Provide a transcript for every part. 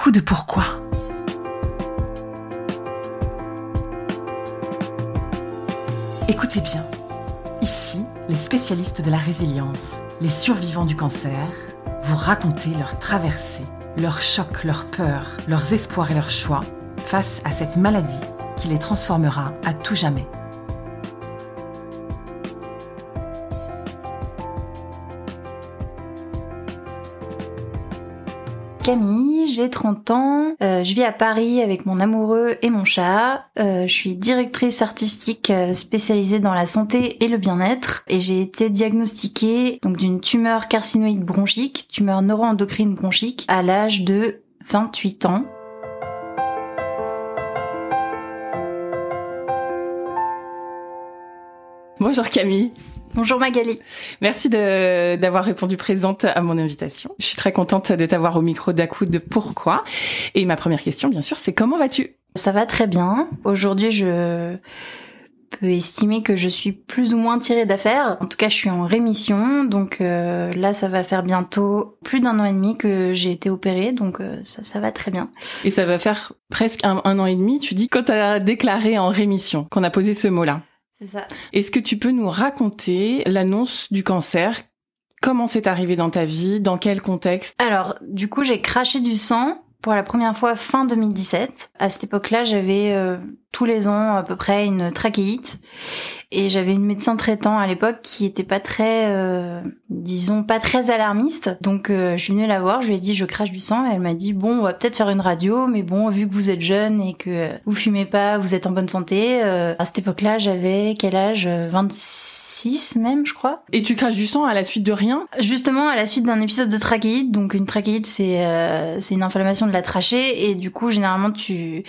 coup de pourquoi. Écoutez bien, ici, les spécialistes de la résilience, les survivants du cancer, vous racontez leur traversée, leurs chocs, leurs peurs, leurs espoirs et leurs choix face à cette maladie qui les transformera à tout jamais. Camille, j'ai 30 ans, je vis à Paris avec mon amoureux et mon chat, je suis directrice artistique spécialisée dans la santé et le bien-être et j'ai été diagnostiquée donc d'une tumeur carcinoïde bronchique, tumeur neuroendocrine bronchique à l'âge de 28 ans. Bonjour Camille. Bonjour Magali. Merci d'avoir répondu présente à mon invitation. Je suis très contente de t'avoir au micro d'À coup de pourquoi. Et ma première question, bien sûr, c'est comment vas-tu ? Ça va très bien. Aujourd'hui, je peux estimer que je suis plus ou moins tirée d'affaire. En tout cas, je suis en rémission. Donc là, ça va faire bientôt plus d'1 an et demi que j'ai été opérée. Donc ça va très bien. Et ça va faire presque un an et demi, tu dis, quand tu as déclaré en rémission, qu'on a posé ce mot-là. C'est ça. Est-ce que tu peux nous raconter l'annonce du cancer ? Comment c'est arrivé dans ta vie ? Dans quel contexte ? Alors, du coup, j'ai craché du sang pour la première fois fin 2017. À cette époque-là, j'avais tous les ans à peu près une trachéite. Et j'avais une médecin traitant à l'époque qui était pas très, disons, pas très alarmiste. Donc je suis venue la voir, je lui ai dit je crache du sang et elle m'a dit bon, on va peut-être faire une radio, mais bon, vu que vous êtes jeune et que vous fumez pas, vous êtes en bonne santé. À cette époque-là, j'avais quel âge ? 26 même, je crois. Et tu craches du sang à la suite de rien ? Justement, à la suite d'un épisode de trachéite. Donc une trachéite, c'est une inflammation de la trachée et du coup, généralement, tu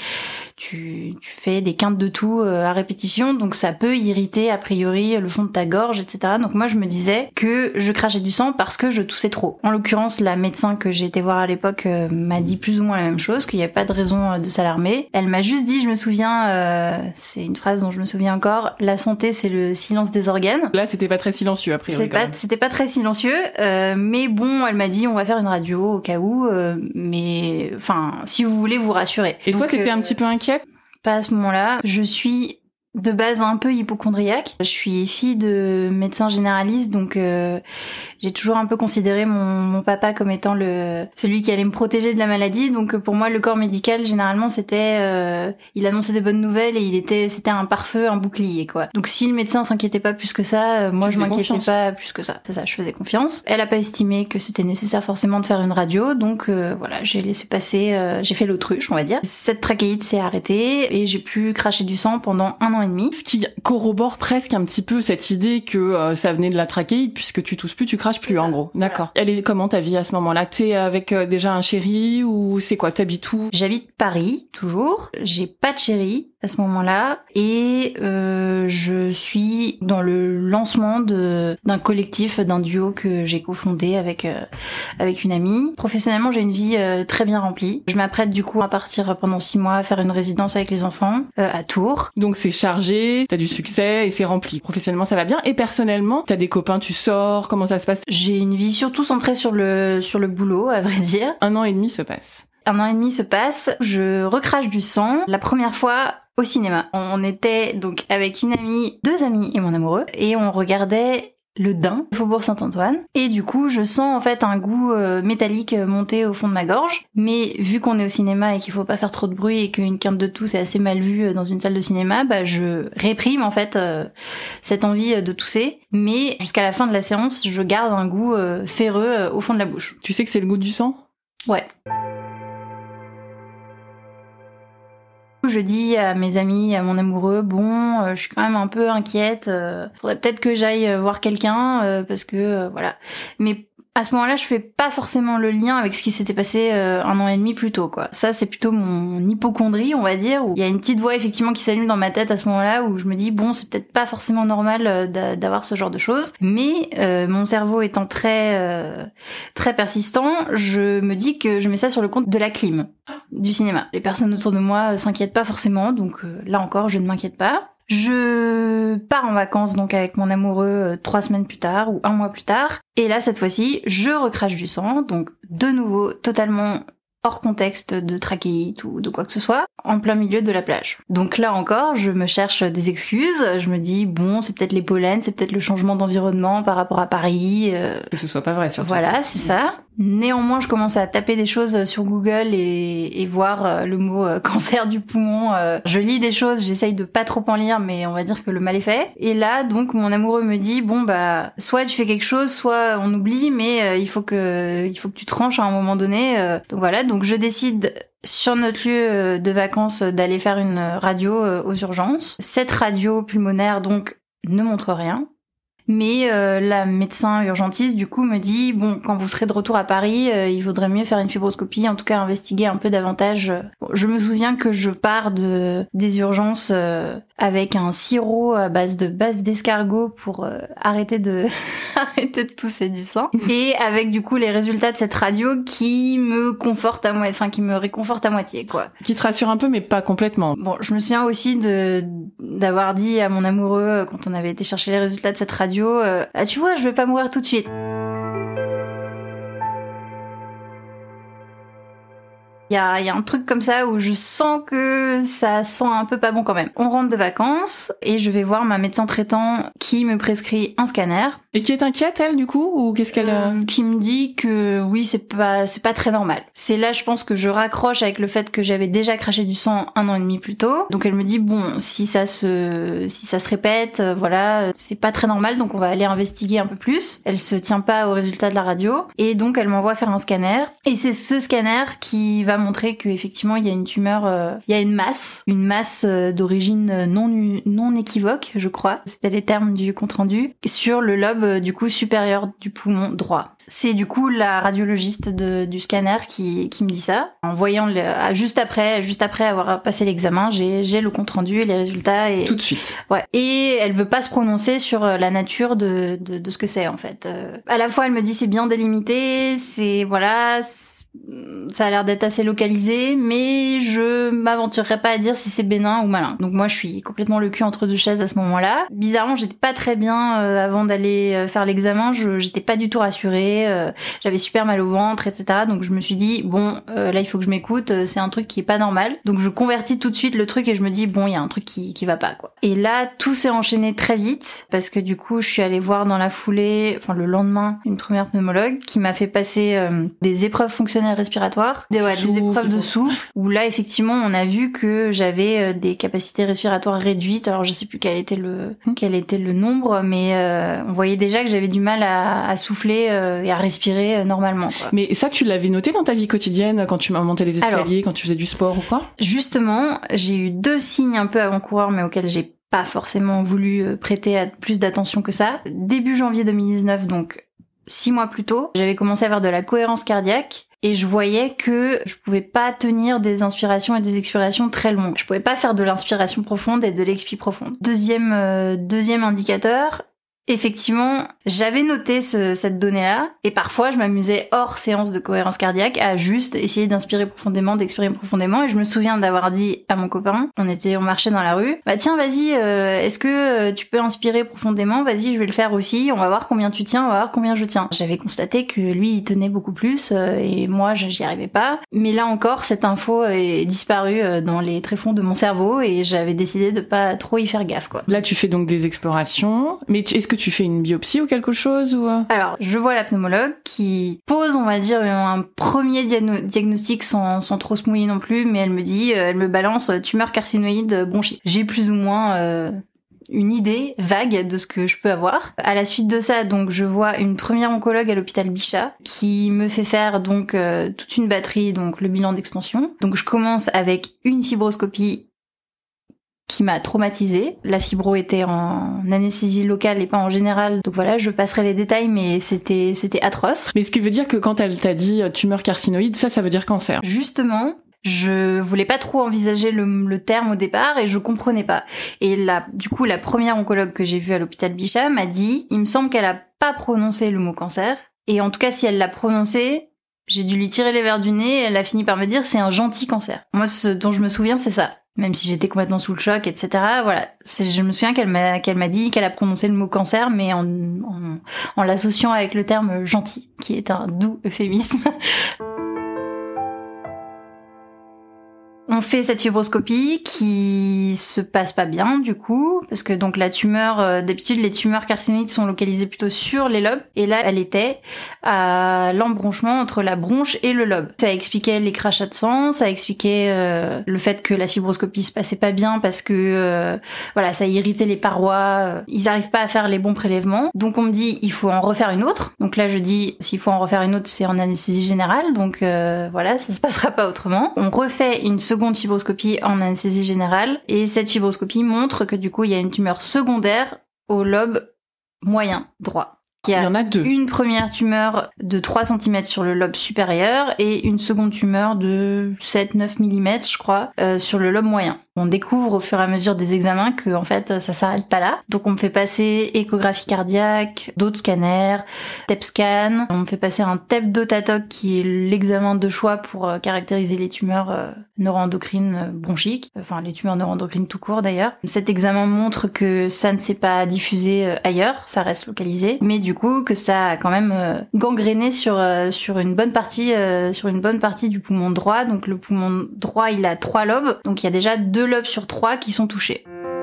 fais des quintes de toux à répétition, donc ça peut irriter a priori le fond de ta gorge, etc. Donc moi je me disais que je crachais du sang parce que je toussais trop. En l'occurrence, la médecin que j'ai été voir à l'époque m'a dit plus ou moins la même chose, qu'il n'y avait pas de raison de s'alarmer. Elle m'a juste dit, je me souviens, c'est une phrase dont je me souviens encore, la santé c'est le silence des organes. Là c'était pas très silencieux a priori. C'était pas très silencieux, mais bon, elle m'a dit on va faire une radio au cas où, mais enfin si vous voulez vous rassurer. Et donc, toi t'étais un petit peu inquiète ? Pas à ce moment-là. Je suis de base un peu hypocondriaque. Je suis fille de médecin généraliste, donc j'ai toujours un peu considéré mon papa comme étant celui qui allait me protéger de la maladie. Donc pour moi, le corps médical, généralement, c'était il annonçait des bonnes nouvelles et c'était un pare-feu, un bouclier, quoi. Donc si le médecin s'inquiétait pas plus que ça, moi je m'inquiétais pas plus que ça. C'est ça, je faisais confiance. Elle a pas estimé que c'était nécessaire forcément de faire une radio, donc voilà, j'ai laissé passer, j'ai fait l'autruche, on va dire. Cette trachéite s'est arrêtée et j'ai pu cracher du sang pendant 1 an et demi. Ce qui corrobore presque un petit peu cette idée que ça venait de la trachéite, puisque tu tousses plus, tu craches plus, en gros. D'accord. Voilà. Elle est comment ta vie à ce moment-là ? T'es avec déjà un chéri ou c'est quoi ? T'habites où ? J'habite Paris, toujours. J'ai pas de chéri à ce moment-là et je suis dans le lancement d'un collectif, d'un duo que j'ai cofondé avec une amie. Professionnellement, j'ai une vie très bien remplie. Je m'apprête du coup à partir pendant 6 mois à faire une résidence avec les enfants à Tours. Donc c'est chargé, t'as du succès et c'est rempli. Professionnellement, ça va bien. Et personnellement, t'as des copains, tu sors, comment ça se passe ? J'ai une vie surtout centrée sur le boulot, à vrai dire. 1 an et demi se passe. 1 an et demi se passe, je recrache du sang. La première fois au cinéma. On était donc avec une amie, 2 amis et mon amoureux, et on regardait le Dain, Faubourg Saint-Antoine. Et du coup, je sens en fait un goût métallique monter au fond de ma gorge. Mais vu qu'on est au cinéma et qu'il faut pas faire trop de bruit et qu'une quinte de toux c'est assez mal vu dans une salle de cinéma, bah je réprime en fait cette envie de tousser. Mais jusqu'à la fin de la séance, je garde un goût ferreux au fond de la bouche. Tu sais que c'est le goût du sang ? Ouais. Je dis à mes amis, à mon amoureux, bon, je suis quand même un peu inquiète, faudrait peut-être que j'aille voir quelqu'un, parce que, voilà. Mais à ce moment-là, je fais pas forcément le lien avec ce qui s'était passé 1 an et demi plus tôt, quoi. Ça, c'est plutôt mon hypocondrie, on va dire, où il y a une petite voix, effectivement, qui s'allume dans ma tête à ce moment-là, où je me dis, bon, c'est peut-être pas forcément normal d'avoir ce genre de choses. Mais mon cerveau étant très persistant, je me dis que je mets ça sur le compte de la clim du cinéma. Les personnes autour de moi s'inquiètent pas forcément, donc là encore, je ne m'inquiète pas. Je pars en vacances donc avec mon amoureux 3 semaines plus tard ou 1 mois plus tard. Et là, cette fois-ci, je recrache du sang. Donc, de nouveau, totalement hors contexte de trachéite ou de quoi que ce soit, en plein milieu de la plage. Donc là encore, je me cherche des excuses, je me dis bon, c'est peut-être les pollens, c'est peut-être le changement d'environnement par rapport à Paris. Que ce soit pas vrai surtout. Voilà, c'est ça. Néanmoins, je commence à taper des choses sur Google et voir le mot cancer du poumon. Je lis des choses, j'essaye de pas trop en lire, mais on va dire que le mal est fait. Et là, donc, mon amoureux me dit, bon, bah, soit tu fais quelque chose, soit on oublie, mais il faut que tu tranches à un moment donné. Donc voilà, donc je décide sur notre lieu de vacances d'aller faire une radio aux urgences. Cette radio pulmonaire, donc, ne montre rien. Mais la médecin urgentiste, du coup, me dit, bon, quand vous serez de retour à Paris, il vaudrait mieux faire une fibroscopie, en tout cas investiguer un peu davantage. Bon, je me souviens que je pars des urgences avec un sirop à base de bave d'escargot pour arrêter de tousser du sang. Et avec, du coup, les résultats de cette radio qui me qui me réconforte à moitié, quoi. Qui te rassure un peu, mais pas complètement. Bon, je me souviens aussi d'avoir dit à mon amoureux, quand on avait été chercher les résultats de cette radio, ah, tu vois, je vais pas mourir tout de suite. Il y a un truc comme ça où je sens que ça sent un peu pas bon quand même. On rentre de vacances et je vais voir ma médecin traitant qui me prescrit un scanner. Et qui est inquiète, elle, du coup, ou qu'est-ce qu'elle... Qui me dit que oui, c'est pas très normal. C'est là, je pense, que je raccroche avec le fait que j'avais déjà craché du sang 1 an et demi plus tôt. Donc elle me dit, bon, si ça se répète, voilà, c'est pas très normal, donc on va aller investiguer un peu plus. Elle se tient pas aux résultats de la radio. Et donc elle m'envoie faire un scanner. Et c'est ce scanner qui va montrer qu'effectivement, il y a une tumeur, il y a une masse d'origine non équivoque, je crois. C'était les termes du compte-rendu, sur le lobe du coup supérieur du poumon droit. C'est du coup la radiologiste du scanner qui me dit ça. En voyant juste après avoir passé l'examen, j'ai le compte rendu et les résultats et tout de suite. Ouais. Et elle veut pas se prononcer sur la nature de ce que c'est en fait. À la fois elle me dit c'est bien délimité, ça a l'air d'être assez localisé, mais je m'aventurerai pas à dire si c'est bénin ou malin. Donc moi, je suis complètement le cul entre deux chaises à ce moment-là. Bizarrement, j'étais pas très bien avant d'aller faire l'examen. J'étais pas du tout rassurée. J'avais super mal au ventre, etc. Donc je me suis dit, bon, là, il faut que je m'écoute. C'est un truc qui est pas normal. Donc je convertis tout de suite le truc et je me dis, bon, il y a un truc qui va pas, quoi. Et là, tout s'est enchaîné très vite parce que du coup, je suis allée voir dans la foulée, le lendemain, une première pneumologue qui m'a fait passer des épreuves fonctionnelles respiratoires, des épreuves de souffle, où là effectivement on a vu que j'avais des capacités respiratoires réduites. Alors je sais plus quel était le nombre, mais on voyait déjà que j'avais du mal à souffler et à respirer normalement, quoi. Mais ça, tu l'avais noté dans ta vie quotidienne quand tu m'as monté les escaliers, quand tu faisais du sport ou quoi? Justement, j'ai eu 2 signes un peu avant-coureurs, mais auxquels j'ai pas forcément voulu prêter plus d'attention que ça. Début janvier 2019, donc 6 mois plus tôt, j'avais commencé à avoir de la cohérence cardiaque. Et je voyais que je pouvais pas tenir des inspirations et des expirations très longues. Je pouvais pas faire de l'inspiration profonde et de l'expi profonde. Deuxième indicateur, effectivement, j'avais noté cette donnée-là, et parfois je m'amusais hors séance de cohérence cardiaque à juste essayer d'inspirer profondément, d'expirer profondément, et je me souviens d'avoir dit à mon copain, on marchait dans la rue, bah tiens, vas-y, est-ce que tu peux inspirer profondément? Vas-y, je vais le faire aussi, on va voir combien tu tiens, on va voir combien je tiens. J'avais constaté que lui, il tenait beaucoup plus, et moi, j'y arrivais pas. Mais là encore, cette info est disparue dans les tréfonds de mon cerveau, et j'avais décidé de pas trop y faire gaffe, quoi. Là, tu fais donc des explorations, mais est-ce que tu fais une biopsie ou quelque chose ou... Alors, je vois la pneumologue qui pose, on va dire, un premier diagnostic sans trop se mouiller non plus, mais elle me dit, elle me balance tumeur carcinoïde bronchique. J'ai plus ou moins une idée vague de ce que je peux avoir. À la suite de ça, donc, je vois une première oncologue à l'hôpital Bichat qui me fait faire donc toute une batterie, donc le bilan d'extension. Donc, je commence avec une fibroscopie qui m'a traumatisée. La fibro était en anesthésie locale et pas en générale. Donc voilà, je passerai les détails, mais c'était atroce. Mais ce qui veut dire que quand elle t'a dit tumeur carcinoïde, ça veut dire cancer. Justement, je voulais pas trop envisager le terme au départ et je comprenais pas. Et là, du coup, la première oncologue que j'ai vue à l'hôpital Bichat m'a dit, il me semble qu'elle a pas prononcé le mot cancer. Et en tout cas, si elle l'a prononcé, j'ai dû lui tirer les verres du nez et elle a fini par me dire, c'est un gentil cancer. Moi, ce dont je me souviens, c'est ça. Même si j'étais complètement sous le choc, etc. Voilà. Je me souviens qu'elle m'a dit qu'elle a prononcé le mot cancer, mais en l'associant avec le terme gentil, qui est un doux euphémisme. On fait cette fibroscopie qui se passe pas bien du coup, parce que donc la tumeur, d'habitude les tumeurs carcinoïdes sont localisées plutôt sur les lobes, et là elle était à l'embranchement entre la bronche et le lobe. Ça expliquait les crachats de sang, ça expliquait le fait que la fibroscopie se passait pas bien parce que voilà, ça irritait les parois, ils n'arrivent pas à faire les bons prélèvements. Donc on me dit il faut en refaire une autre. Donc là je dis s'il faut en refaire une autre, c'est en anesthésie générale, donc voilà, ça se passera pas autrement. On refait une seconde fibroscopie en anesthésie générale, et cette fibroscopie montre que du coup il y a une tumeur secondaire au lobe moyen droit. Il y en a deux. Une première tumeur de 3 cm sur le lobe supérieur et une seconde tumeur de 7-9 mm, je crois, sur le lobe moyen. On découvre au fur et à mesure des examens que en fait ça s'arrête pas là. Donc on me fait passer échographie cardiaque, d'autres scanners, TEP scan. On me fait passer un TEP d'Otatoc qui est l'examen de choix pour caractériser les tumeurs neuroendocrines bronchiques, enfin les tumeurs neuroendocrines tout court d'ailleurs. Cet examen montre que ça ne s'est pas diffusé ailleurs, ça reste localisé, mais du coup que ça a quand même gangréné sur une bonne partie du poumon droit. Donc le poumon droit il a 3 lobes, donc il y a déjà 2 lobes sur 3 qui sont touchés.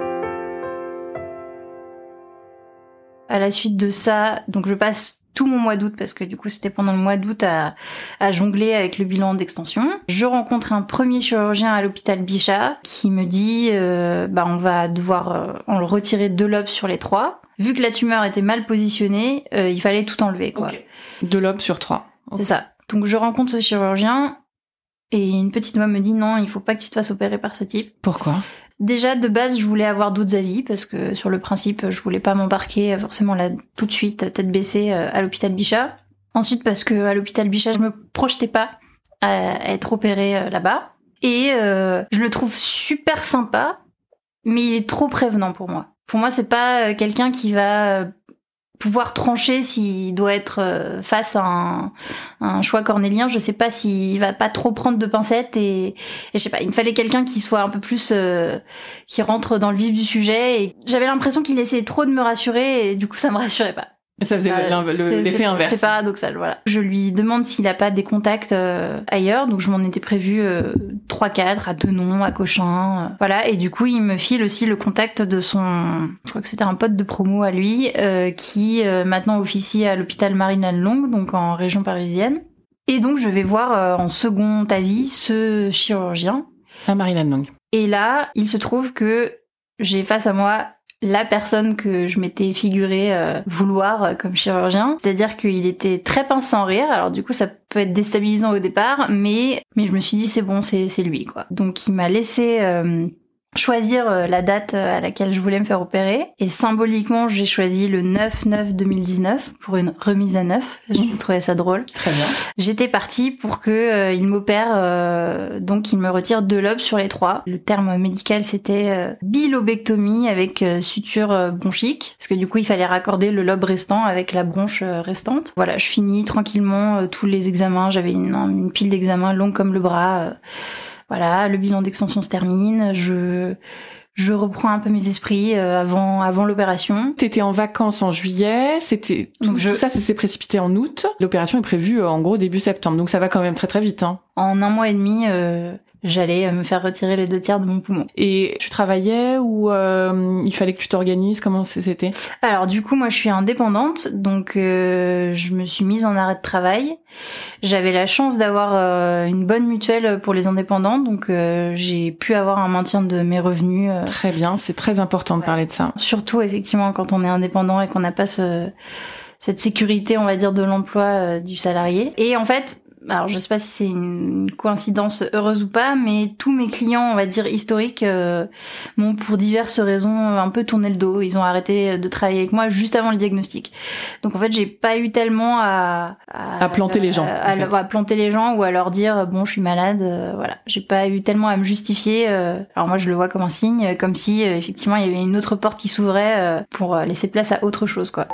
À la suite de ça, donc je passe tout mon mois d'août, parce que du coup c'était pendant le mois d'août à jongler avec le bilan d'extension. Je rencontre un premier chirurgien à l'hôpital Bichat qui me dit on va devoir en retirer 2 lobes sur les 3. Vu que la tumeur était mal positionnée, il fallait tout enlever, quoi. Okay. 2 lobes sur 3. Okay. C'est ça. Donc je rencontre ce chirurgien et une petite voix me dit non, il faut pas que tu te fasses opérer par ce type. Pourquoi ? Déjà, de base, je voulais avoir d'autres avis, parce que sur le principe, je voulais pas m'embarquer forcément là tout de suite, tête baissée, à l'hôpital Bichat. Ensuite, parce que à l'hôpital Bichat, je me projetais pas à être opérée là-bas. Et je le trouve super sympa, mais il est trop prévenant pour moi. Pour moi, c'est pas quelqu'un qui va pouvoir trancher s'il doit être face à un choix cornélien. Je sais pas s'il va pas trop prendre de pincettes, et je sais pas, il me fallait quelqu'un qui soit un peu plus qui rentre dans le vif du sujet, et j'avais l'impression qu'il essayait trop de me rassurer, et du coup ça me rassurait pas. Ça faisait l'effet inverse. C'est paradoxal, voilà. Je lui demande s'il a pas des contacts ailleurs, donc je m'en étais prévu 3-4 à Denon, à Cochin, voilà. Et du coup, il me file aussi le contact de son, je crois que c'était un pote de promo à lui, qui maintenant officie à l'hôpital Marine-Lannelongue, donc en région parisienne. Et donc, je vais voir en second avis ce chirurgien. À Marine-Lannelongue. Et là, il se trouve que j'ai face à moi la personne que je m'étais figuré vouloir comme chirurgien. C'est-à-dire qu'il était très pince sans rire, alors du coup ça peut être déstabilisant au départ, mais je me suis dit c'est bon, c'est lui, quoi. Donc il m'a laissé choisir la date à laquelle je voulais me faire opérer, et symboliquement j'ai choisi le 9/9/2019 pour une remise à neuf. Je trouvais ça drôle. Très bien. J'étais partie pour que il m'opère, donc il me retire 2 lobes sur les 3. Le terme médical c'était bilobectomie avec suture bronchique, parce que du coup il fallait raccorder le lobe restant avec la bronche restante. Voilà, je finis tranquillement tous les examens. J'avais une pile d'examens longue comme le bras. Voilà, le bilan d'extension se termine, je reprends un peu mes esprits avant l'opération. T'étais en vacances en juillet, tout ça s'est précipité en août. L'opération est prévue en gros début septembre, donc ça va quand même très très vite, hein. En 1 mois et demi, j'allais me faire retirer les 2 tiers de mon poumon. Et tu travaillais ou il fallait que tu t'organises? Comment c'était? Alors du coup, moi je suis indépendante, donc je me suis mise en arrêt de travail. J'avais la chance d'avoir une bonne mutuelle pour les indépendants, donc j'ai pu avoir un maintien de mes revenus. Très bien, c'est très important de parler de ça. Surtout effectivement quand on est indépendant et qu'on n'a pas cette sécurité, on va dire, de l'emploi du salarié. Et en fait, alors je sais pas si c'est une coïncidence heureuse ou pas, mais tous mes clients, on va dire historiques, m'ont pour diverses raisons un peu tourné le dos. Ils ont arrêté de travailler avec moi juste avant le diagnostic. Donc en fait, j'ai pas eu tellement à planter les gens, à planter les gens ou à leur dire bon, je suis malade. Voilà, j'ai pas eu tellement à me justifier. Alors moi, je le vois comme un signe, comme si effectivement il y avait une autre porte qui s'ouvrait pour laisser place à autre chose, quoi.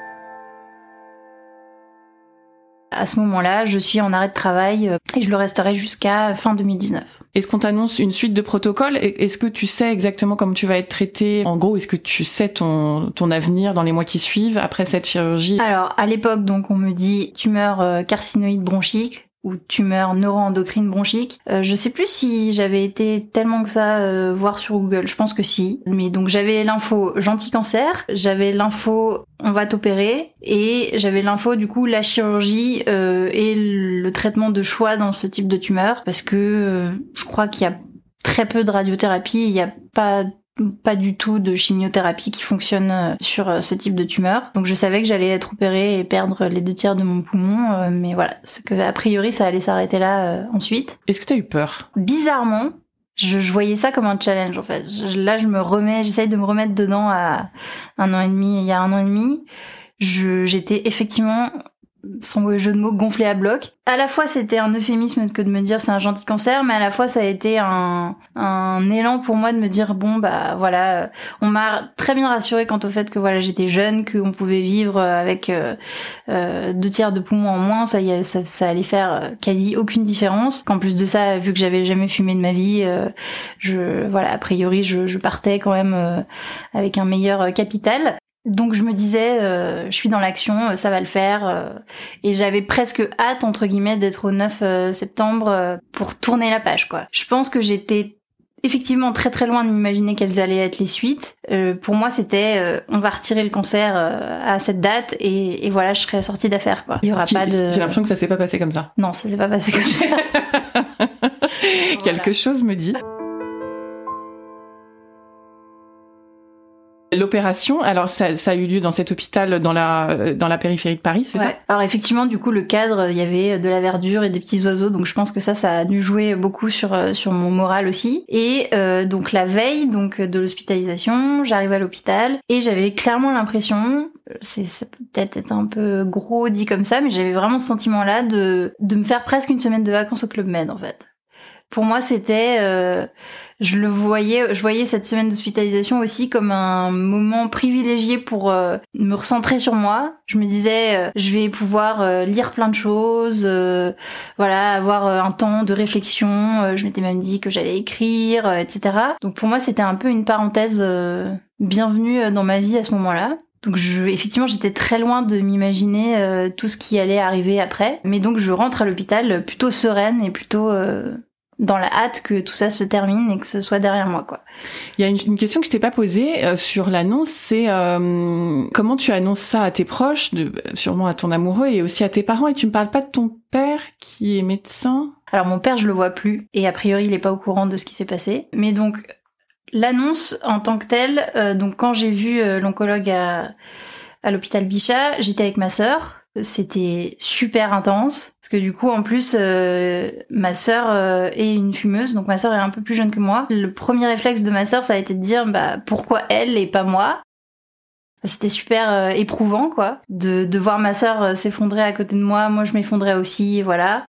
À ce moment-là, je suis en arrêt de travail et je le resterai jusqu'à fin 2019. Est-ce qu'on t'annonce une suite de protocoles? Est-ce que tu sais exactement comment tu vas être traitée? En gros, est-ce que tu sais ton avenir dans les mois qui suivent après cette chirurgie? Alors, à l'époque, donc, on me dit tumeur carcinoïde bronchique. ou tumeur neuroendocrine bronchique. Je sais plus si j'avais été tellement que ça voir sur Google, je pense que si. Mais donc j'avais l'info gentil cancer, j'avais l'info on va t'opérer, et j'avais l'info du coup la chirurgie et le traitement de choix dans ce type de tumeur, parce que je crois qu'il y a très peu de radiothérapie, il y a pas du tout de chimiothérapie qui fonctionne sur ce type de tumeur. Donc je savais que j'allais être opérée et perdre les 2/3 de mon poumon, mais voilà, c'est que a priori ça allait s'arrêter là ensuite. Est-ce que t'as eu peur? Bizarrement, je voyais ça comme un challenge en fait. Là j'essaye de me remettre dedans à il y a 1 an et demi. J'étais effectivement, sans mauvais jeu de mots, gonflé à bloc. À la fois, c'était un euphémisme que de me dire c'est un gentil cancer, mais à la fois, ça a été un élan pour moi de me dire bon, bah voilà, on m'a très bien rassurée quant au fait que voilà, j'étais jeune, qu'on pouvait vivre avec 2/3 de poumon en moins, ça allait faire quasi aucune différence. Qu'en plus de ça, vu que j'avais jamais fumé de ma vie, a priori, je partais quand même avec un meilleur capital. Donc je me disais, je suis dans l'action, ça va le faire, et j'avais presque hâte entre guillemets d'être au 9 septembre pour tourner la page quoi. Je pense que j'étais effectivement très très loin de m'imaginer quelles allaient être les suites. Pour moi c'était, on va retirer le cancer à cette date et voilà, je serai sortie d'affaire quoi. Il y aura pas de. J'ai l'impression que ça s'est pas passé comme ça. Non, ça s'est pas passé comme ça. Quelque chose me dit. L'opération, alors ça a eu lieu dans cet hôpital dans la périphérie de Paris, c'est ça? Alors effectivement, du coup, le cadre, il y avait de la verdure et des petits oiseaux, donc je pense que ça a dû jouer beaucoup sur mon moral aussi. Et donc la veille de l'hospitalisation, j'arrive à l'hôpital et j'avais clairement l'impression, ça peut peut-être être un peu gros dit comme ça, mais j'avais vraiment ce sentiment-là de me faire presque une semaine de vacances au Club Med en fait. Pour moi, c'était, je voyais cette semaine d'hospitalisation aussi comme un moment privilégié pour me recentrer sur moi. Je me disais, je vais pouvoir lire plein de choses, avoir un temps de réflexion. Je m'étais même dit que j'allais écrire, etc. Donc pour moi, c'était un peu une parenthèse bienvenue dans ma vie à ce moment-là. Donc effectivement, j'étais très loin de m'imaginer tout ce qui allait arriver après. Mais donc je rentre à l'hôpital plutôt sereine et plutôt dans la hâte que tout ça se termine et que ce soit derrière moi, quoi. Il y a une question que je t'ai pas posée sur l'annonce, c'est comment tu annonces ça à tes proches, sûrement à ton amoureux et aussi à tes parents, et tu me parles pas de ton père qui est médecin? Alors mon père, je le vois plus et a priori il est pas au courant de ce qui s'est passé. Mais donc l'annonce en tant que telle, donc quand j'ai vu l'oncologue à l'hôpital Bichat, j'étais avec ma sœur. C'était super intense parce que du coup en plus ma sœur est une fumeuse, donc ma sœur est un peu plus jeune que moi. Le premier réflexe de ma sœur, ça a été de dire pourquoi elle et pas moi. C'était super éprouvant quoi, de voir ma sœur s'effondrer à côté de moi je m'effondrais aussi, voilà.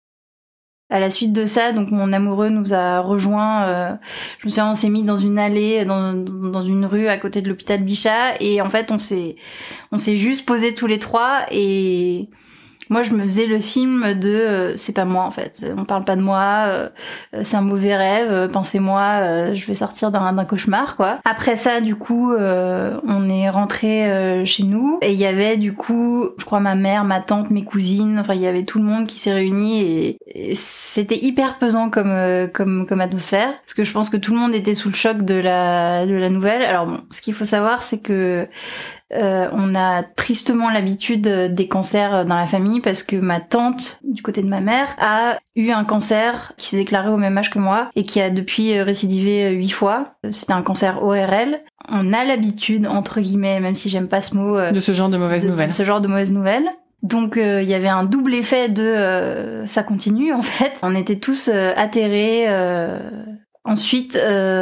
À la suite de ça, donc mon amoureux nous a rejoints. Je me souviens, on s'est mis dans une allée, dans une rue à côté de l'hôpital Bichat, et en fait on s'est juste posés tous les trois, et moi je me faisais le film de c'est pas moi en fait, on parle pas de moi, c'est un mauvais rêve, pensez-moi, je vais sortir d'un cauchemar quoi. Après ça du coup on est rentré chez nous, et il y avait du coup je crois ma mère, ma tante, mes cousines, enfin il y avait tout le monde qui s'est réuni, et c'était hyper pesant comme atmosphère, parce que je pense que tout le monde était sous le choc de la nouvelle. Alors bon, ce qu'il faut savoir c'est que on a tristement l'habitude des cancers dans la famille, parce que ma tante, du côté de ma mère, a eu un cancer qui s'est déclaré au même âge que moi et qui a depuis récidivé 8 fois. C'était un cancer ORL. On a l'habitude, entre guillemets, même si j'aime pas ce mot, de ce genre de mauvaises nouvelles. De ce genre de mauvaises nouvelles. Donc il y avait un double effet de ça continue en fait. On était tous atterrés. Ensuite,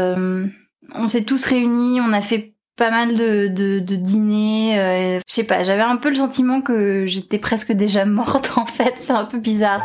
on s'est tous réunis, on a fait pas mal de dîners, je sais pas, j'avais un peu le sentiment que j'étais presque déjà morte en fait, c'est un peu bizarre.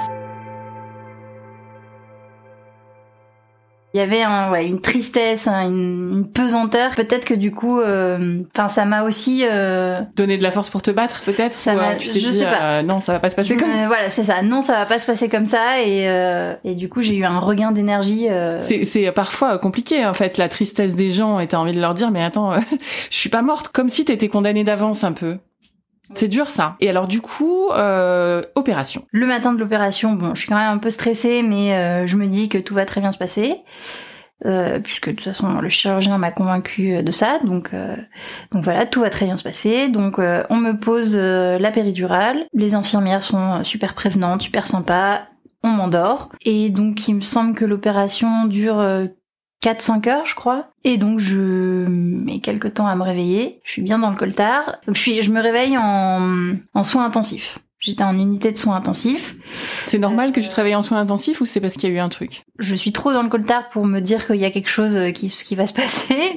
Il y avait une tristesse, une pesanteur. Peut-être que du coup, ça m'a aussi donné de la force pour te battre, peut-être. Je sais pas. Non, ça va pas se passer comme ça. Voilà, c'est ça. Non, ça va pas se passer comme ça. Et du coup, j'ai eu un regain d'énergie. C'est parfois compliqué en fait, la tristesse des gens. Et t'as envie de leur dire, mais attends, je suis pas morte. Comme si t'étais condamnée d'avance un peu. C'est dur ça. Et alors du coup, opération. Le matin de l'opération, bon, je suis quand même un peu stressée, mais je me dis que tout va très bien se passer. Puisque de toute façon le chirurgien m'a convaincue de ça, donc voilà, tout va très bien se passer. Donc on me pose la péridurale, les infirmières sont super prévenantes, super sympas, on m'endort, et donc il me semble que l'opération dure 4-5 heures, je crois. Et donc je mets quelques temps à me réveiller, je suis bien dans le coltard, donc je me réveille en soins intensifs. J'étais en unité de soins intensifs. C'est normal que tu travailles en soins intensifs ou c'est parce qu'il y a eu un truc? Je suis trop dans le coltard pour me dire qu'il y a quelque chose qui va se passer,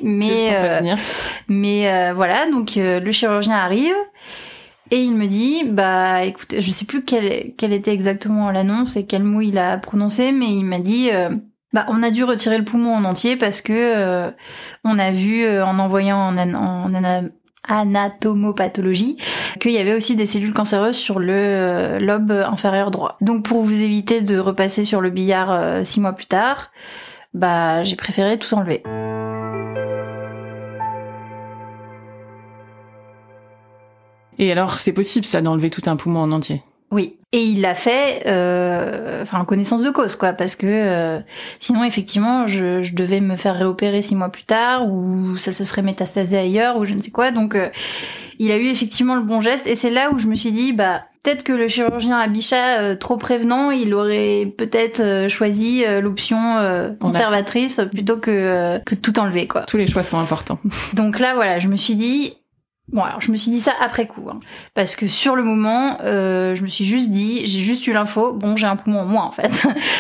mais voilà, donc le chirurgien arrive et il me dit, bah écoute, je sais plus quelle était exactement l'annonce et quel mot il a prononcé, mais il m'a dit bah on a dû retirer le poumon en entier parce que on a vu en envoyant en anatomopathologie qu'il y avait aussi des cellules cancéreuses sur le lobe inférieur droit. Donc pour vous éviter de repasser sur le billard 6 mois plus tard, bah j'ai préféré tout enlever. Et alors c'est possible ça d'enlever tout un poumon en entier? Oui, et il l'a fait, en connaissance de cause, quoi, parce que sinon, effectivement, je devais me faire réopérer 6 mois plus tard, ou ça se serait métastasé ailleurs, ou je ne sais quoi. Donc, il a eu effectivement le bon geste, et c'est là où je me suis dit, bah peut-être que le chirurgien à Bichat, trop prévenant, il aurait peut-être choisi l'option conservatrice plutôt que tout enlever, quoi. Tous les choix sont importants. Donc là, voilà, je me suis dit. Bon, alors je me suis dit ça après coup, hein, parce que sur le moment, je me suis juste dit, j'ai juste eu l'info, bon, j'ai un poumon en moins en fait.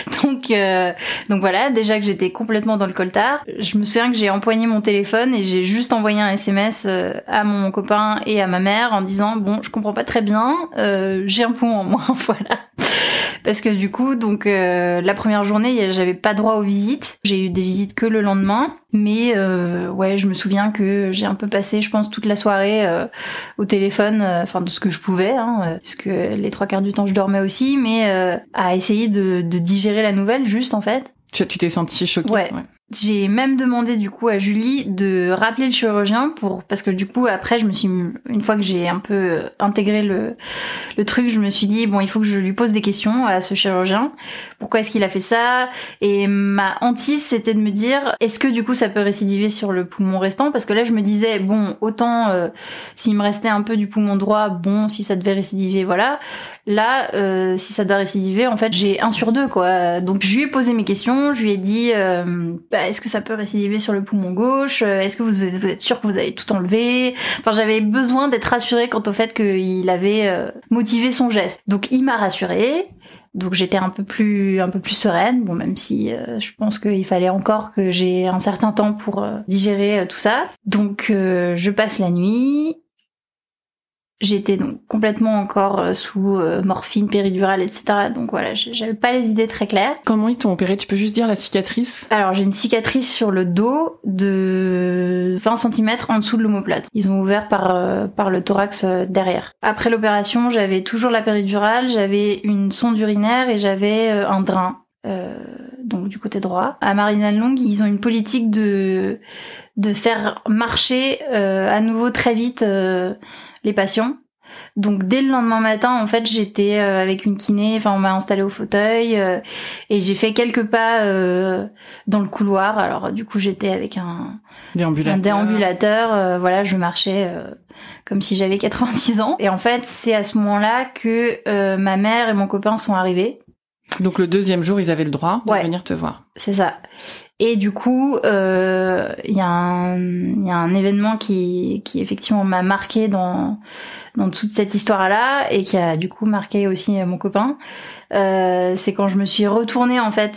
donc voilà, déjà que j'étais complètement dans le coltard, je me souviens que j'ai empoigné mon téléphone et j'ai juste envoyé un SMS à mon copain et à ma mère en disant, bon, je comprends pas très bien, j'ai un poumon en moins, voilà. Parce que du coup, donc la première journée, j'avais pas droit aux visites. J'ai eu des visites que le lendemain. Mais ouais, je me souviens que j'ai un peu passé, je pense, toute la soirée au téléphone, enfin de ce que je pouvais, hein, parce que les 3/4 du temps je dormais aussi, mais à essayer de digérer la nouvelle, juste en fait. Tu t'es sentie choquée? Ouais. J'ai même demandé du coup à Julie de rappeler le chirurgien parce que du coup après une fois que j'ai un peu intégré le truc, je me suis dit bon, il faut que je lui pose des questions à ce chirurgien. Pourquoi est-ce qu'il a fait ça? Et ma hantise c'était de me dire est-ce que du coup ça peut récidiver sur le poumon restant? Parce que là je me disais bon, autant s'il me restait un peu du poumon droit, bon, si ça devait récidiver, voilà. Là si ça doit récidiver, en fait j'ai 1 sur 2 quoi. Donc je lui ai posé mes questions, je lui ai dit est-ce que ça peut récidiver sur le poumon gauche? Est-ce que vous êtes sûr que vous avez tout enlevé? Enfin, j'avais besoin d'être rassurée quant au fait qu'il avait motivé son geste. Donc, il m'a rassurée. Donc, j'étais un peu plus sereine. Bon, même si je pense qu'il fallait encore que j'ai un certain temps pour digérer tout ça. Donc, je passe la nuit. J'étais donc complètement encore sous morphine, péridurale, etc. Donc voilà, j'avais pas les idées très claires. Comment ils t'ont opéré? Tu peux juste dire la cicatrice? Alors j'ai une cicatrice sur le dos de 20 cm en dessous de l'omoplate. Ils ont ouvert par le thorax derrière. Après l'opération, j'avais toujours la péridurale, j'avais une sonde urinaire et j'avais un drain. Donc du côté droit. À Marignane-Longue, ils ont une politique de faire marcher à nouveau très vite les patients. Donc dès le lendemain matin, en fait, j'étais avec une kiné, enfin on m'a installée au fauteuil et j'ai fait quelques pas dans le couloir. Alors du coup, j'étais avec un déambulateur, voilà, je marchais comme si j'avais 90 ans. Et en fait, c'est à ce moment-là que ma mère et mon copain sont arrivés. Donc le 2e jour, ils avaient le droit de venir te voir. C'est ça. Et du coup, il y a un événement qui effectivement m'a marqué dans toute cette histoire-là et qui a du coup marqué aussi mon copain. C'est quand je me suis retournée en fait.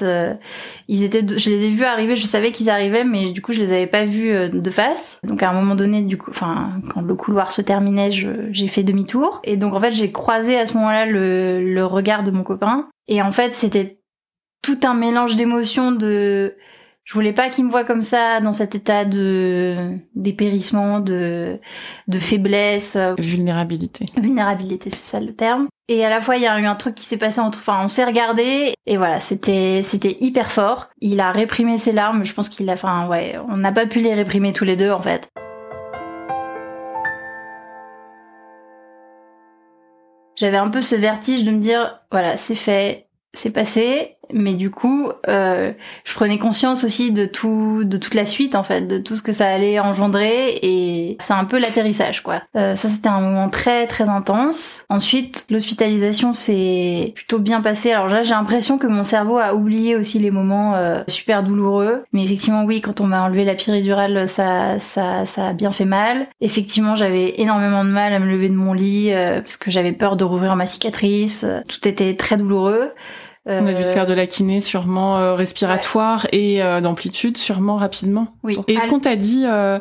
Je les ai vus arriver. Je savais qu'ils arrivaient, mais du coup je les avais pas vus de face. Donc à un moment donné, du coup, enfin quand le couloir se terminait, j'ai fait demi-tour. Et donc en fait j'ai croisé à ce moment-là le regard de mon copain. Et en fait c'était tout un mélange d'émotions je voulais pas qu'il me voie comme ça, dans cet état de dépérissement, de faiblesse. Vulnérabilité. Vulnérabilité, c'est ça le terme. Et à la fois, il y a eu un truc qui s'est passé on s'est regardé, et voilà, c'était hyper fort. Il a réprimé ses larmes, je pense on n'a pas pu les réprimer tous les deux, en fait. j'avais un peu ce vertige de me dire, voilà, c'est fait, c'est passé. Mais du coup, je prenais conscience aussi de toute la suite, en fait, de tout ce que ça allait engendrer, et c'est un peu l'atterrissage, quoi. Ça, c'était un moment très, très intense. Ensuite, l'hospitalisation s'est plutôt bien passé. Alors là, j'ai l'impression que mon cerveau a oublié aussi les moments super douloureux. Mais effectivement, oui, quand on m'a enlevé la péridurale, ça a bien fait mal. Effectivement, j'avais énormément de mal à me lever de mon lit, parce que j'avais peur de rouvrir ma cicatrice. Tout était très douloureux. On a dû te faire de la kiné sûrement respiratoire et d'amplitude sûrement rapidement. Oui. Et est-ce qu'on t'a dit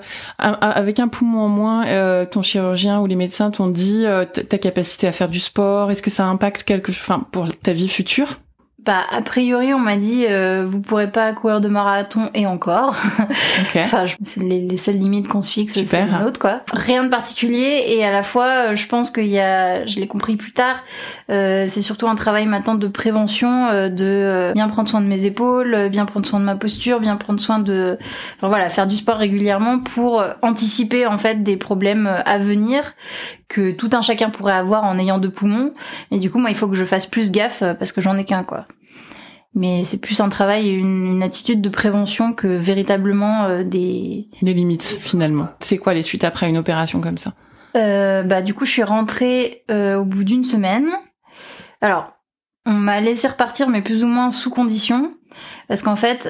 avec un poumon en moins, ton chirurgien ou les médecins t'ont dit ta capacité à faire du sport, est-ce que ça impacte quelque chose, enfin pour ta vie future? Bah, a priori, on m'a dit, vous pourrez pas courir de marathon et encore. Okay. Enfin, c'est les seules limites qu'on se fixe, c'est une autre, quoi. Rien de particulier, et à la fois, je pense je l'ai compris plus tard, c'est surtout un travail maintenant de prévention, de bien prendre soin de mes épaules, bien prendre soin de ma posture, bien prendre soin enfin voilà, faire du sport régulièrement pour anticiper, en fait, des problèmes à venir que tout un chacun pourrait avoir en ayant 2 poumons. Et du coup, moi, il faut que je fasse plus gaffe parce que j'en ai qu'un, quoi. Mais c'est plus un travail et une attitude de prévention que véritablement des limites, finalement. C'est quoi les suites après une opération comme ça? Bah, du coup, je suis rentrée au bout d'une semaine. Alors, on m'a laissé repartir, mais plus ou moins sous condition. Parce qu'en fait,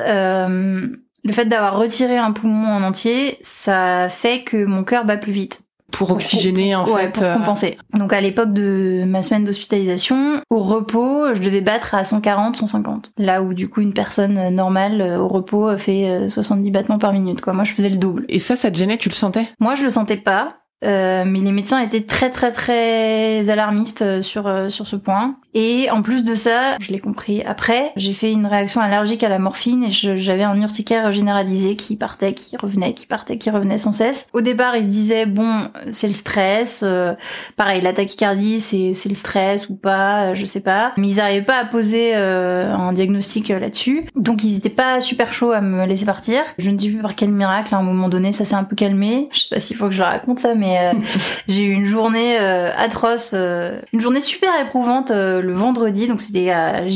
le fait d'avoir retiré un poumon en entier, ça fait que mon cœur bat plus vite. Pour oxygéner, en fait. Pour compenser. Donc, à l'époque de ma semaine d'hospitalisation, au repos, je devais battre à 140, 150. Là où, du coup, une personne normale, au repos, fait 70 battements par minute, quoi. Moi, je faisais le double. Et ça te gênait? Tu le sentais? Moi, je le sentais pas. Mais les médecins étaient très très très alarmistes sur ce point. Et en plus de ça, je l'ai compris après, j'ai fait une réaction allergique à la morphine et j'avais un urticaire généralisé qui partait, qui revenait, qui partait, qui revenait sans cesse. Au départ, ils se disaient bon, c'est le stress, pareil, la tachycardie, c'est le stress ou pas, je sais pas. Mais ils n'arrivaient pas à poser un diagnostic là-dessus. Donc ils étaient pas super chauds à me laisser partir. Je ne sais plus par quel miracle, à un moment donné, ça s'est un peu calmé. Je sais pas s'il faut que je le raconte ça, mais j'ai eu une journée atroce, une journée super éprouvante le vendredi, donc c'était à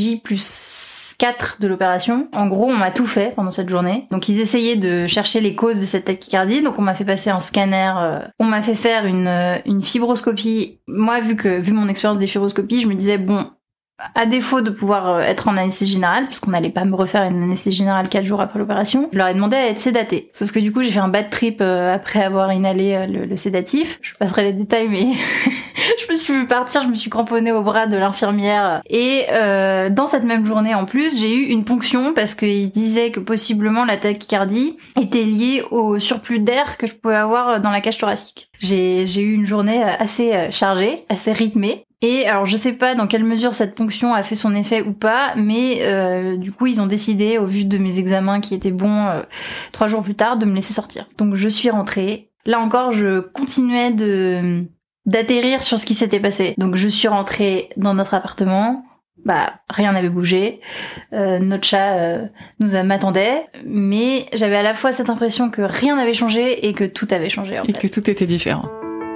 J+4 de l'opération. En gros, on m'a tout fait pendant cette journée. Donc ils essayaient de chercher les causes de cette tachycardie, donc on m'a fait passer un scanner, on m'a fait faire une fibroscopie. Moi, vu mon expérience des fibroscopies, je me disais bon, à défaut de pouvoir être en anesthésie générale, parce qu'on n'allait pas me refaire une anesthésie générale 4 jours après l'opération, je leur ai demandé à être sédatée. Sauf que du coup, j'ai fait un bad trip après avoir inhalé le sédatif. Je passerai les détails, mais je me suis vu partir, je me suis cramponnée au bras de l'infirmière. Et dans cette même journée, en plus, j'ai eu une ponction parce qu'ils disaient que possiblement la tachycardie était liée au surplus d'air que je pouvais avoir dans la cage thoracique. J'ai eu une journée assez chargée, assez rythmée. Et alors je sais pas dans quelle mesure cette ponction a fait son effet ou pas, mais du coup ils ont décidé, au vu de mes examens qui étaient bons 3 jours plus tard, de me laisser sortir. Donc je suis rentrée. Là encore, je continuais d'atterrir sur ce qui s'était passé. Donc je suis rentrée dans notre appartement. Bah rien n'avait bougé. Notre chat m'attendait, mais j'avais à la fois cette impression que rien n'avait changé et que tout avait changé en fait. Et que tout était différent.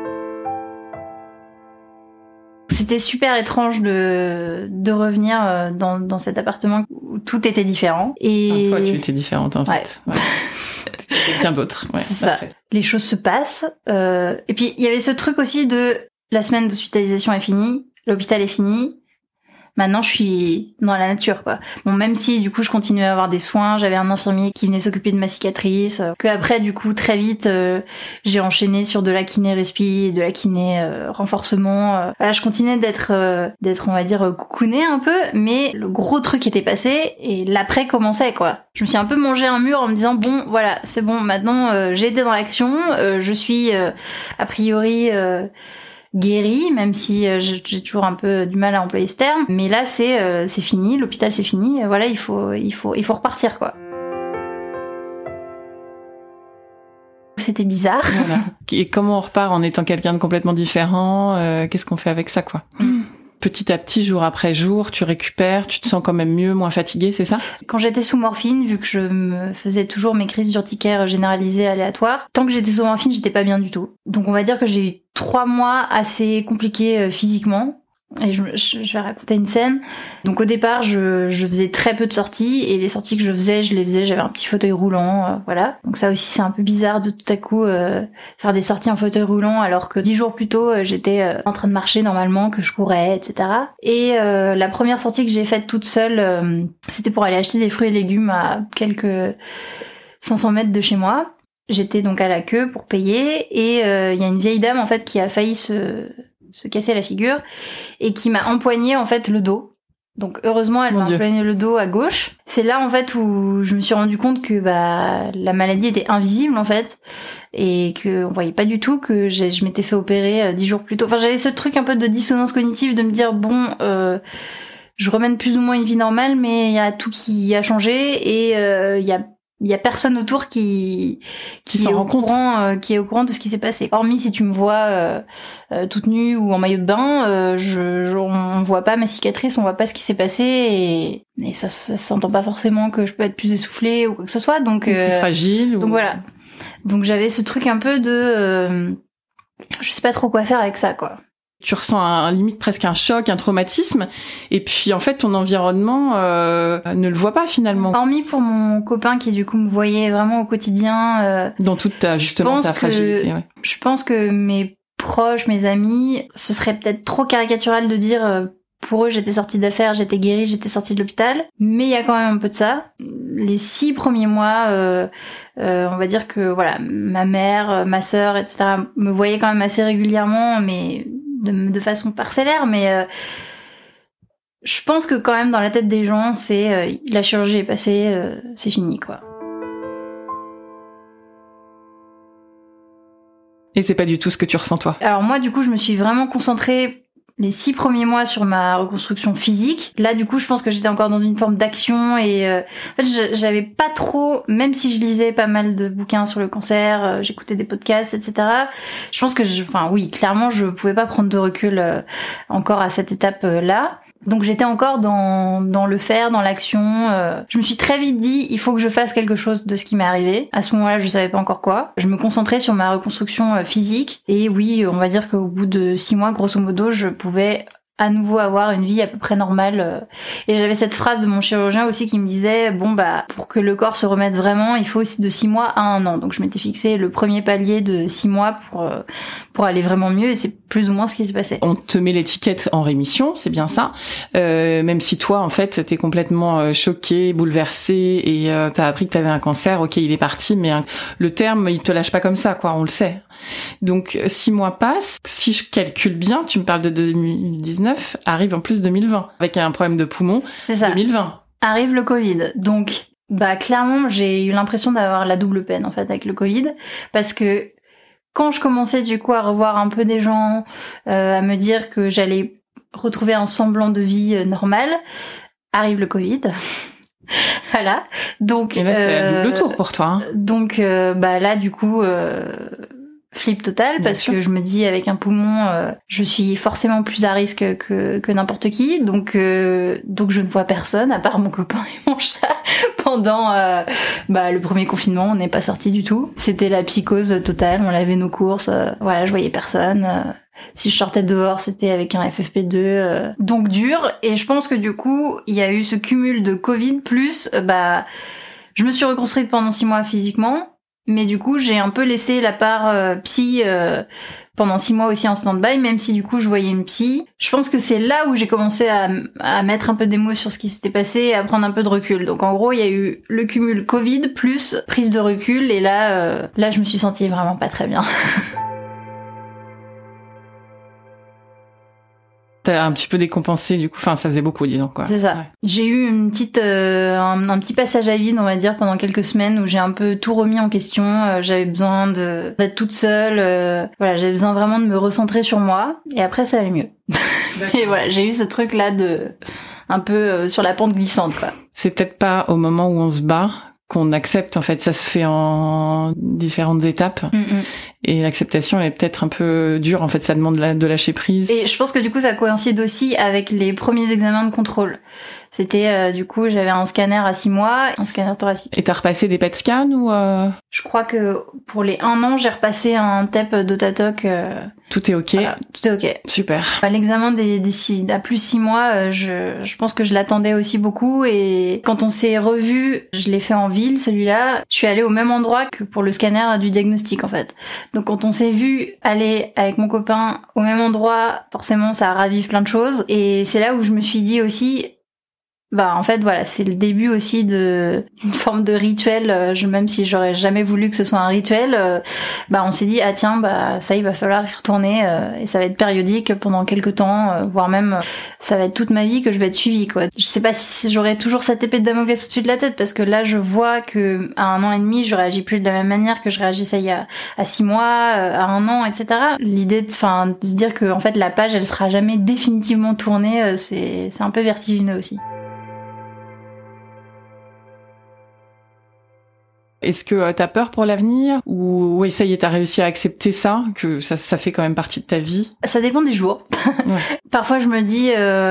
C'était super étrange de revenir dans cet appartement où tout était différent. Et toi, tu étais différente en fait. Ouais. Quelqu'un d'autre. Ouais, c'est ça. Les choses se passent. Et puis il y avait ce truc aussi de la semaine d'hospitalisation est finie, l'hôpital est fini. Maintenant, je suis dans la nature, quoi. Bon, même si, du coup, je continuais à avoir des soins, j'avais un infirmier qui venait s'occuper de ma cicatrice, que après, du coup, très vite, j'ai enchaîné sur de la kiné respi, de la kiné renforcement. Voilà, je continuais d'être, on va dire, coucounée un peu, mais le gros truc était passé et l'après commençait, quoi. Je me suis un peu mangé un mur en me disant, bon, voilà, c'est bon, maintenant, j'ai été dans l'action, je suis, a priori, guéri, même si j'ai toujours un peu du mal à employer ce terme. Mais là, c'est fini, l'hôpital c'est fini. Voilà, il faut repartir, quoi. C'était bizarre. Voilà. Et comment on repart en étant quelqu'un de complètement différent? Qu'est-ce qu'on fait avec ça, quoi? Petit à petit, jour après jour, tu récupères, tu te sens quand même mieux, moins fatiguée, c'est ça? Quand j'étais sous morphine, vu que je me faisais toujours mes crises d'urticaire généralisées aléatoires, tant que j'étais sous morphine, j'étais pas bien du tout. Donc on va dire que j'ai eu 3 mois assez compliqués physiquement. Et je vais raconter une scène. Donc au départ, je faisais très peu de sorties, et les sorties que je faisais, j'avais un petit fauteuil roulant, voilà. Donc ça aussi, c'est un peu bizarre de tout à coup faire des sorties en fauteuil roulant, alors que 10 jours plus tôt, j'étais en train de marcher normalement, que je courais, etc. Et la première sortie que j'ai faite toute seule, c'était pour aller acheter des fruits et légumes à quelques 500 mètres de chez moi. J'étais donc à la queue pour payer, et il y a une vieille dame en fait qui a failli se casser la figure et qui m'a empoigné en fait le dos. Donc heureusement elle m'a empoigné le dos à gauche. C'est là en fait où je me suis rendu compte que la maladie était invisible en fait, et que on voyait pas du tout que je m'étais fait opérer 10 jours plus tôt. Enfin j'avais ce truc un peu de dissonance cognitive de me dire bon je remène plus ou moins une vie normale, mais il y a tout qui a changé, et il y a personne autour qui est au courant, qui est au courant de ce qui s'est passé. Hormis si tu me vois toute nue ou en maillot de bain, on voit pas ma cicatrice, on voit pas ce qui s'est passé, et ça s'entend pas forcément que je peux être plus essoufflée ou quoi que ce soit. Donc plus fragile. Donc voilà. Donc j'avais ce truc un peu de je sais pas trop quoi faire avec ça, quoi. Tu ressens limite presque un choc, un traumatisme, et puis en fait ton environnement ne le voit pas finalement. Hormis pour mon copain qui du coup me voyait vraiment au quotidien. Dans toute ta fragilité. Ouais. Je pense que mes proches, mes amis, ce serait peut-être trop caricatural de dire pour eux j'étais sortie d'affaires, j'étais guérie, j'étais sortie de l'hôpital, mais il y a quand même un peu de ça. Les 6 premiers mois, on va dire que voilà, ma mère, ma sœur, etc. me voyaient quand même assez régulièrement, mais de façon parcellaire, mais je pense que quand même dans la tête des gens, c'est la chirurgie est passée, c'est fini, quoi. Et c'est pas du tout ce que tu ressens toi. Alors moi, du coup, je me suis vraiment concentrée les 6 premiers mois sur ma reconstruction physique. Là, du coup, je pense que j'étais encore dans une forme d'action, et en fait, j'avais pas trop, même si je lisais pas mal de bouquins sur le cancer, j'écoutais des podcasts, etc. Je pense que oui, clairement, je pouvais pas prendre de recul encore à cette étape-là. Donc j'étais encore dans le faire, dans l'action. Je me suis très vite dit, il faut que je fasse quelque chose de ce qui m'est arrivé. À ce moment-là, je savais pas encore quoi. Je me concentrais sur ma reconstruction physique. Et oui, on va dire qu'au bout de 6 mois, grosso modo, je pouvais à nouveau avoir une vie à peu près normale. Et j'avais cette phrase de mon chirurgien aussi qui me disait, bon pour que le corps se remette vraiment, il faut aussi de 6 mois à 1 an. Donc je m'étais fixé le premier palier de 6 mois pour aller vraiment mieux, et c'est plus ou moins ce qui s'est passé. On te met l'étiquette en rémission, c'est bien ça, même si toi en fait t'es complètement choquée, bouleversée, et t'as appris que t'avais un cancer. Ok, il est parti, mais le terme il te lâche pas comme ça, quoi, on le sait. Donc 6 mois passent, si je calcule bien, tu me parles de 2019, arrive en plus 2020 avec un problème de poumon. C'est ça. 2020 arrive le Covid, donc clairement j'ai eu l'impression d'avoir la double peine en fait avec le Covid, parce que quand je commençais du coup à revoir un peu des gens, à me dire que j'allais retrouver un semblant de vie normale, arrive le Covid. Voilà. Donc et là, c'est un double tour pour toi. Hein. Donc là du coup flip total, parce que je me dis avec un poumon je suis forcément plus à risque que n'importe qui, donc je ne vois personne à part mon copain et mon chat pendant le premier confinement. On n'est pas sorti du tout, c'était la psychose totale, on lavait nos courses, je voyais personne, si je sortais dehors c'était avec un FFP2, donc dur. Et je pense que du coup il y a eu ce cumul de Covid plus je me suis reconstruite pendant 6 mois physiquement, mais du coup, j'ai un peu laissé la part psy pendant 6 mois aussi en stand-by, même si du coup, je voyais une psy. Je pense que c'est là où j'ai commencé à mettre un peu des mots sur ce qui s'était passé et à prendre un peu de recul. Donc en gros, il y a eu le cumul Covid plus prise de recul, et là, je me suis sentie vraiment pas très bien. T'as un petit peu décompensé du coup, enfin ça faisait beaucoup, disons, quoi. C'est ça. Ouais. J'ai eu une petite un petit passage à vide, on va dire, pendant quelques semaines où j'ai un peu tout remis en question. J'avais besoin d'être toute seule. J'avais besoin vraiment de me recentrer sur moi. Et après ça allait mieux. Et voilà, j'ai eu ce truc là de un peu sur la pente glissante, quoi. C'est peut-être pas au moment où on se bat qu'on accepte, en fait, ça se fait en différentes étapes. Et l'acceptation, elle est peut-être un peu dure. En fait, ça demande de lâcher prise. Et je pense que du coup, ça coïncide aussi avec les premiers examens de contrôle. C'était, du coup, j'avais un scanner à 6 mois, un scanner thoracique. Et t'as repassé des PET scans ou Je crois que pour les 1 an, j'ai repassé un TEP d'Otatoc. Tout est OK. Voilà, tout est OK. Super. L'examen à plus 6 mois, je pense que je l'attendais aussi beaucoup. Et quand on s'est revu, je l'ai fait en ville, celui-là. Je suis allée au même endroit que pour le scanner du diagnostic, en fait. Donc quand on s'est vu aller avec mon copain au même endroit, forcément, ça a ravivé plein de choses. Et c'est là où je me suis dit aussi... en fait, voilà, c'est le début aussi d'une forme de rituel. Même si j'aurais jamais voulu que ce soit un rituel, on s'est dit, ah tiens, ça, il va falloir y retourner, et ça va être périodique pendant quelques temps, voire même, ça va être toute ma vie que je vais être suivie, quoi. Je sais pas si j'aurais toujours cette épée de Damoclès au-dessus de la tête, parce que là, je vois que à 1 an et demi, je réagis plus de la même manière que je réagissais il y a 6 mois, à 1 an, etc. L'idée de se dire que, en fait, la page, elle sera jamais définitivement tournée, c'est un peu vertigineux aussi. Est-ce que t'as peur pour l'avenir ou oui, ça y est, t'as réussi à accepter ça, que ça fait quand même partie de ta vie? Ça dépend des jours. Ouais. Parfois, je me dis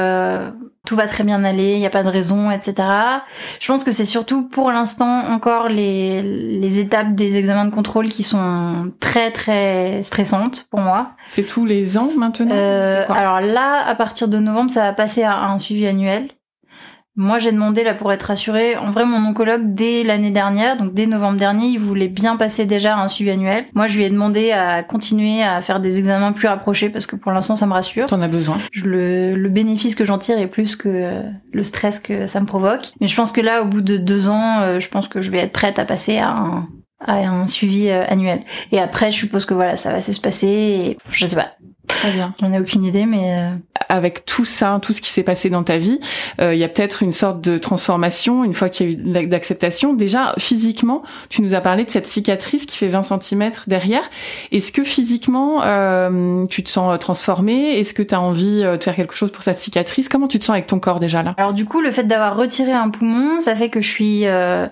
tout va très bien aller, il y a pas de raison, etc. Je pense que c'est surtout pour l'instant encore les étapes des examens de contrôle qui sont très très stressantes pour moi. C'est tous les ans maintenant? Alors là, à partir de novembre, ça va passer à un suivi annuel. Moi, j'ai demandé là pour être rassurée. En vrai, mon oncologue, dès l'année dernière, donc dès novembre dernier, il voulait bien passer déjà à un suivi annuel. Moi, je lui ai demandé à continuer à faire des examens plus rapprochés parce que pour l'instant, ça me rassure. T'en as besoin. Le bénéfice que j'en tire est plus que le stress que ça me provoque. Mais je pense que là, au bout de 2 ans, je pense que je vais être prête à passer à un suivi annuel. Et après, je suppose que voilà, ça va se passer. Et je sais pas. Très bien. J'en ai aucune idée, mais... Avec tout ça, tout ce qui s'est passé dans ta vie, il y a peut-être une sorte de transformation une fois qu'il y a eu d'acceptation. Déjà, physiquement, tu nous as parlé de cette cicatrice qui fait 20 cm derrière. Est-ce que physiquement, tu te sens transformée? Est-ce que tu as envie de faire quelque chose pour cette cicatrice? Comment tu te sens avec ton corps déjà là? Alors du coup, le fait d'avoir retiré un poumon, ça fait que je suis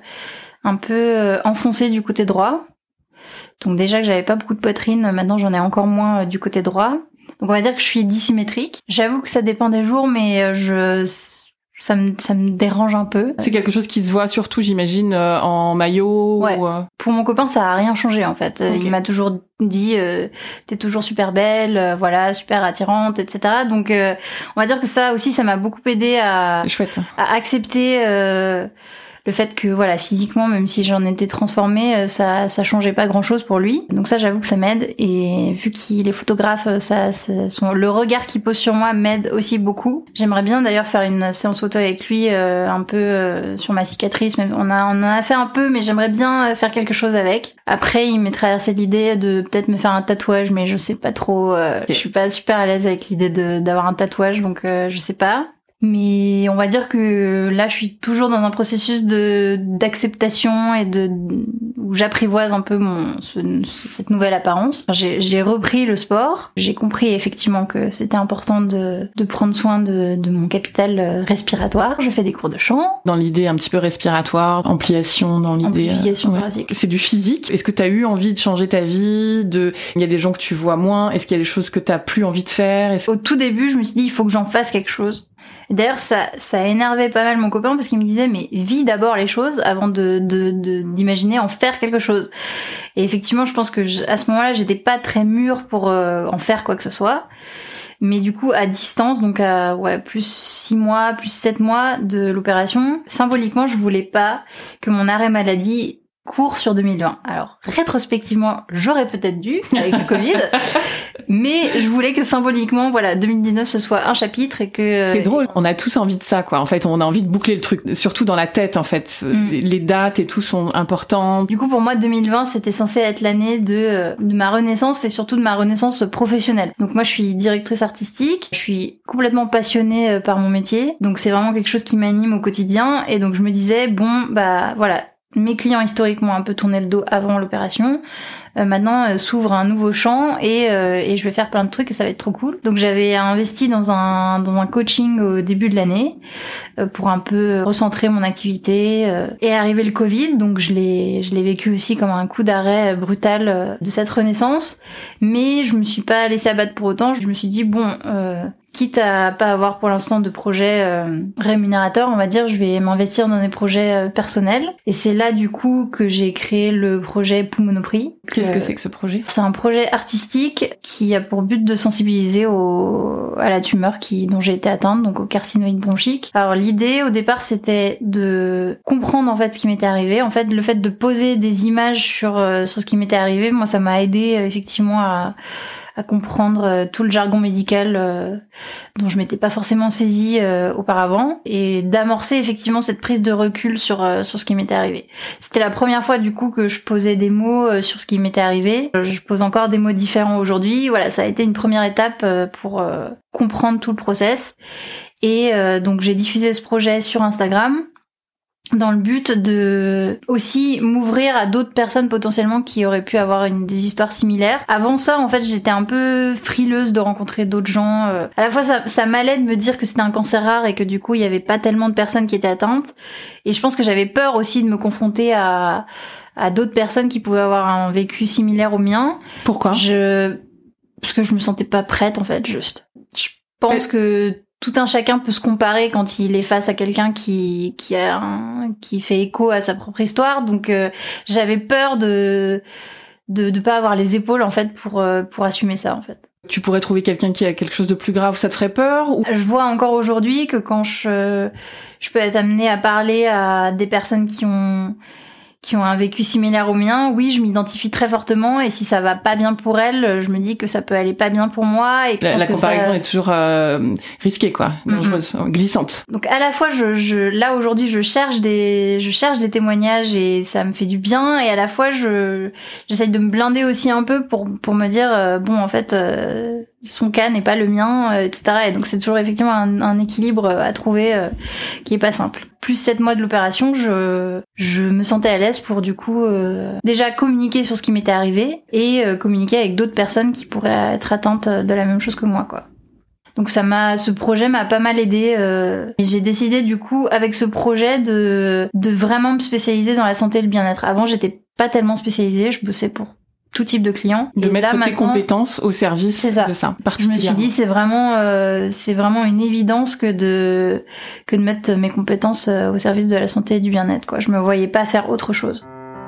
un peu enfoncée du côté droit. Donc déjà que j'avais pas beaucoup de poitrine, maintenant j'en ai encore moins du côté droit. Donc on va dire que je suis dissymétrique. J'avoue que ça dépend des jours, mais ça me dérange un peu. C'est quelque chose qui se voit surtout, j'imagine, en maillot. Ouais. Ou Pour mon copain, ça a rien changé en fait. Okay. Il m'a toujours dit t'es toujours super belle, voilà, super attirante, etc. Donc on va dire que ça aussi, ça m'a beaucoup aidé à accepter le fait que voilà, physiquement, même si j'en étais transformée, ça changeait pas grand chose pour lui. Donc ça, j'avoue que ça m'aide. Et vu qu'il est photographe, le regard qu'il pose sur moi m'aide aussi beaucoup. J'aimerais bien d'ailleurs faire une séance photo avec lui, un peu sur ma cicatrice. Même on en a fait un peu, mais j'aimerais bien faire quelque chose avec. Après, il m'est traversé l'idée de peut-être me faire un tatouage, mais je sais pas trop. Je suis pas super à l'aise avec l'idée d'avoir un tatouage, donc je sais pas. Mais on va dire que là, je suis toujours dans un processus d'acceptation et où j'apprivoise un peu cette nouvelle apparence. J'ai repris le sport. J'ai compris effectivement que c'était important de prendre soin de mon capital respiratoire. Je fais des cours de chant. Dans l'idée un petit peu respiratoire, ampliation dans l'idée. Amplification thoracique. C'est du physique. Est-ce que tu as eu envie de changer ta vie? Il y a des gens que tu vois moins. Est-ce qu'il y a des choses que tu as plus envie de faire? Au tout début, je me suis dit, il faut que j'en fasse quelque chose. D'ailleurs, ça énervait pas mal mon copain parce qu'il me disait mais vis d'abord les choses avant d'imaginer en faire quelque chose. Et effectivement, je pense que à ce moment-là, j'étais pas très mûre pour en faire quoi que ce soit. Mais du coup, à distance, donc à plus 6 mois, plus 7 mois de l'opération, symboliquement, je voulais pas que mon arrêt maladie court sur 2020. Alors, rétrospectivement, j'aurais peut-être dû, avec le Covid, mais je voulais que symboliquement, 2019, ce soit un chapitre et que... C'est drôle, on a tous envie de ça, quoi. En fait, on a envie de boucler le truc, surtout dans la tête, en fait. Les dates et tout sont importantes. Du coup, pour moi, 2020, c'était censé être l'année de ma renaissance et surtout de ma renaissance professionnelle. Donc moi, je suis directrice artistique, je suis complètement passionnée par mon métier, donc c'est vraiment quelque chose qui m'anime au quotidien, et donc je me disais, mes clients historiques m'ont un peu tourné le dos avant l'opération. Maintenant s'ouvre un nouveau champ et je vais faire plein de trucs et ça va être trop cool. Donc j'avais investi dans un coaching au début de l'année pour un peu recentrer mon activité et arrivé le Covid, donc je l'ai vécu aussi comme un coup d'arrêt brutal de cette renaissance, mais je me suis pas laissée abattre pour autant. Je me suis dit bon, quitte à pas avoir pour l'instant de projet rémunérateur, on va dire, je vais m'investir dans des projets personnels. Et c'est là du coup que j'ai créé le projet Pulmonoprix. Qu'est-ce que c'est que ce projet ? C'est un projet artistique qui a pour but de sensibiliser à la tumeur dont j'ai été atteinte, donc au carcinoïde bronchique. Alors l'idée au départ c'était de comprendre en fait ce qui m'était arrivé. En fait, le fait de poser des images sur ce qui m'était arrivé, moi ça m'a aidé effectivement à comprendre tout le jargon médical dont je m'étais pas forcément saisie auparavant, et d'amorcer effectivement cette prise de recul sur ce qui m'était arrivé. C'était la première fois du coup que je posais des mots sur ce qui m'était arrivé. Je pose encore des mots différents aujourd'hui. Voilà, ça a été une première étape pour comprendre tout le process. Et donc j'ai diffusé ce projet sur Instagram dans le but de aussi m'ouvrir à d'autres personnes potentiellement qui auraient pu avoir des histoires similaires. Avant ça, en fait, j'étais un peu frileuse de rencontrer d'autres gens. À la fois, ça m'allait de me dire que c'était un cancer rare et que du coup, il y avait pas tellement de personnes qui étaient atteintes. Et je pense que j'avais peur aussi de me confronter à d'autres personnes qui pouvaient avoir un vécu similaire au mien. Pourquoi ? Parce que je me sentais pas prête, en fait, juste. Je pense que tout un chacun peut se comparer quand il est face à quelqu'un qui fait écho à sa propre histoire. Donc j'avais peur de pas avoir les épaules en fait pour assumer ça en fait. Tu pourrais trouver quelqu'un qui a quelque chose de plus grave, ça te ferait peur ou... Je vois encore aujourd'hui que quand je peux être amenée à parler à des personnes qui ont un vécu similaire au mien, oui, je m'identifie très fortement, et si ça va pas bien pour elle, je me dis que ça peut aller pas bien pour moi. Et la comparaison est toujours risquée, quoi, dangereuse, glissante. Donc à la fois, là aujourd'hui, je cherche des témoignages et ça me fait du bien, et à la fois, j'essaye de me blinder aussi un peu pour me dire bon, en fait, son cas n'est pas le mien, etc. Et donc c'est toujours effectivement un équilibre à trouver qui est pas simple. Plus 7 mois de l'opération, je me sentais à l'aise pour du coup déjà communiquer sur ce qui m'était arrivé et communiquer avec d'autres personnes qui pourraient être atteintes de la même chose que moi, quoi. Donc ce projet m'a pas mal aidée et j'ai décidé du coup avec ce projet de vraiment me spécialiser dans la santé et le bien-être. Avant, j'étais pas tellement spécialisée, je bossais pour tout type de clients. De mettre tes compétences au service de ça. Je me suis dit c'est vraiment une évidence que de mettre mes compétences au service de la santé et du bien-être, quoi. Je me voyais pas faire autre chose.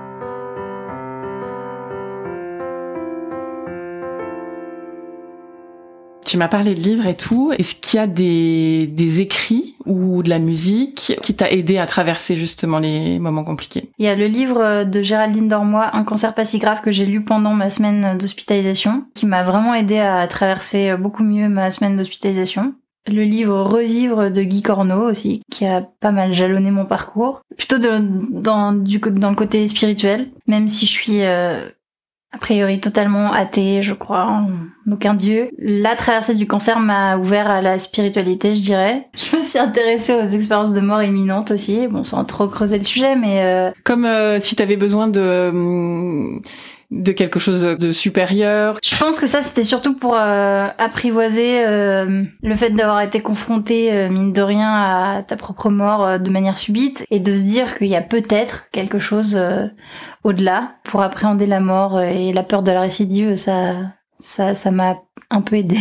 Tu m'as parlé de livres et tout. Est-ce qu'il y a des écrits ou de la musique qui t'a aidé à traverser justement les moments compliqués? Il y a le livre de Géraldine Dormois, Un cancer pas si grave, que j'ai lu pendant ma semaine d'hospitalisation, qui m'a vraiment aidé à traverser beaucoup mieux ma semaine d'hospitalisation. Le livre Revivre de Guy Corneau aussi, qui a pas mal jalonné mon parcours. Plutôt dans le côté spirituel, même si je suis a priori totalement athée, je crois en aucun dieu. La traversée du cancer m'a ouvert à la spiritualité, je dirais. Je me suis intéressée aux expériences de mort imminente aussi, bon, sans trop creuser le sujet, mais... Comme si t'avais besoin de quelque chose de supérieur. Je pense que ça, c'était surtout pour apprivoiser le fait d'avoir été confronté, mine de rien, à ta propre mort de manière subite, et de se dire qu'il y a peut-être quelque chose au-delà pour appréhender la mort et la peur de la récidive. Ça m'a un peu aidée.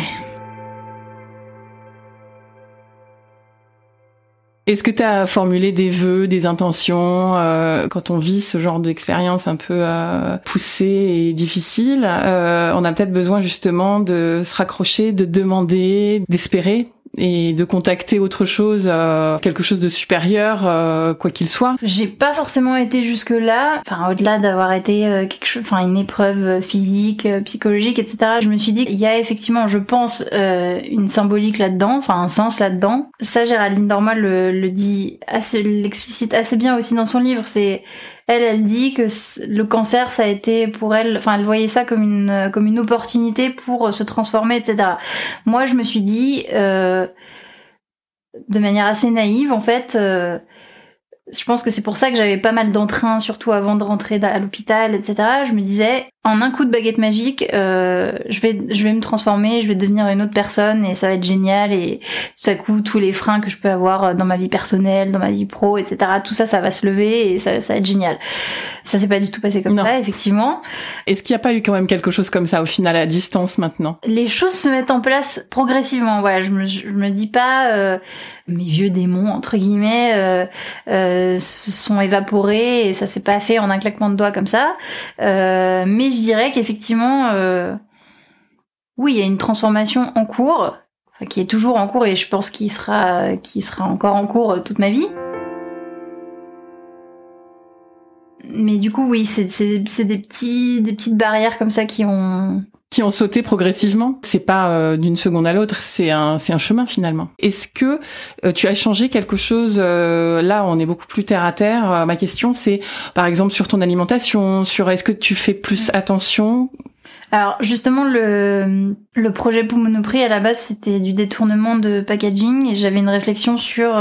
Est-ce que tu as formulé des vœux, des intentions quand on vit ce genre d'expérience un peu poussée et difficile? On a peut-être besoin justement de se raccrocher, de demander, d'espérer et de contacter autre chose, quelque chose de supérieur, quoi qu'il soit. J'ai pas forcément été jusque là, enfin au-delà d'avoir été une épreuve physique, psychologique, etc. Je me suis dit qu'il y a effectivement, je pense, une symbolique là-dedans, enfin un sens là-dedans. Ça, Géraldine Dormois l'explicite assez bien aussi dans son livre. C'est elle dit que le cancer, ça a été pour elle, enfin elle voyait ça comme une opportunité pour se transformer, etc. Moi, je me suis dit de manière assez naïve, en fait, Je pense que c'est pour ça que j'avais pas mal d'entrain, surtout avant de rentrer à l'hôpital, etc. Je me disais, en un coup de baguette magique, je vais me transformer, je vais devenir une autre personne et ça va être génial. Et tout à coup, tous les freins que je peux avoir dans ma vie personnelle, dans ma vie pro, etc. Tout ça, ça va se lever et ça va être génial. Ça s'est pas du tout passé comme ça, effectivement. Est-ce qu'il n'y a pas eu quand même quelque chose comme ça au final à distance maintenant? Les choses se mettent en place progressivement. Voilà, je me dis pas mes vieux démons entre guillemets se sont évaporés et ça s'est pas fait en un claquement de doigts comme ça. Mais je dirais qu'effectivement, oui, il y a une transformation en cours, qui est toujours en cours et je pense qu'il sera encore en cours toute ma vie. Mais du coup, oui, c'est des petites barrières comme ça qui ont sauté progressivement. C'est pas d'une seconde à l'autre, c'est un chemin finalement. Est-ce que tu as changé quelque chose là, on est beaucoup plus terre à terre. Ma question, c'est par exemple sur ton alimentation, sur est-ce que tu fais plus attention? Alors justement, le projet Poumonoprix à la base, c'était du détournement de packaging et j'avais une réflexion sur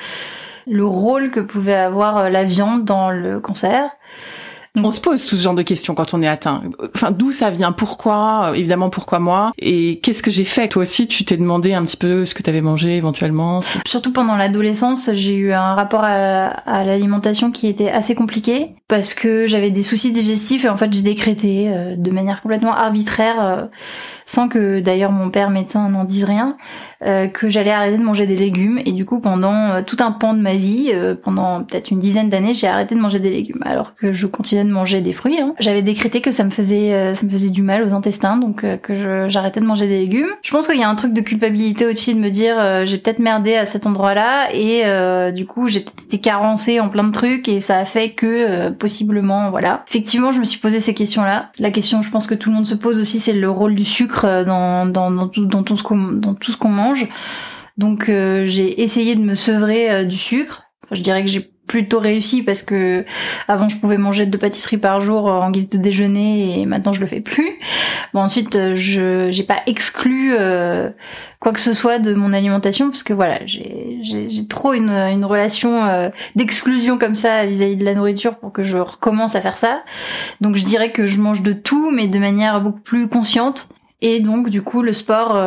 le rôle que pouvait avoir la viande dans le cancer. On se pose tout ce genre de questions quand on est atteint. Enfin, d'où ça vient? Pourquoi? Évidemment, pourquoi moi? Et qu'est-ce que j'ai fait? Toi aussi, tu t'es demandé un petit peu ce que t'avais mangé éventuellement? Surtout pendant l'adolescence, j'ai eu un rapport à l'alimentation qui était assez compliqué parce que j'avais des soucis digestifs et en fait, j'ai décrété de manière complètement arbitraire, sans que d'ailleurs mon père médecin n'en dise rien, que j'allais arrêter de manger des légumes. Et du coup, pendant tout un pan de ma vie, pendant peut-être une dizaine d'années, j'ai arrêté de manger des légumes alors que je continuais de manger des fruits. J'avais décrété que ça me faisait du mal aux intestins, donc que j'arrêtais de manger des légumes. Je pense qu'il y a un truc de culpabilité aussi de me dire j'ai peut-être merdé à cet endroit-là et du coup j'ai peut-être été carencée en plein de trucs et ça a fait que possiblement voilà. Effectivement, je me suis posé ces questions-là. La question, je pense que tout le monde se pose aussi, c'est le rôle du sucre dans tout ce qu'on mange. Donc j'ai essayé de me sevrer du sucre. Enfin, je dirais que j'ai plutôt réussi parce que avant je pouvais manger 2 pâtisseries par jour en guise de déjeuner et maintenant je le fais plus. Bon, ensuite j'ai pas exclu quoi que ce soit de mon alimentation parce que voilà, j'ai trop une relation d'exclusion comme ça vis-à-vis de la nourriture pour que je recommence à faire ça. Donc je dirais que je mange de tout mais de manière beaucoup plus consciente et donc du coup le sport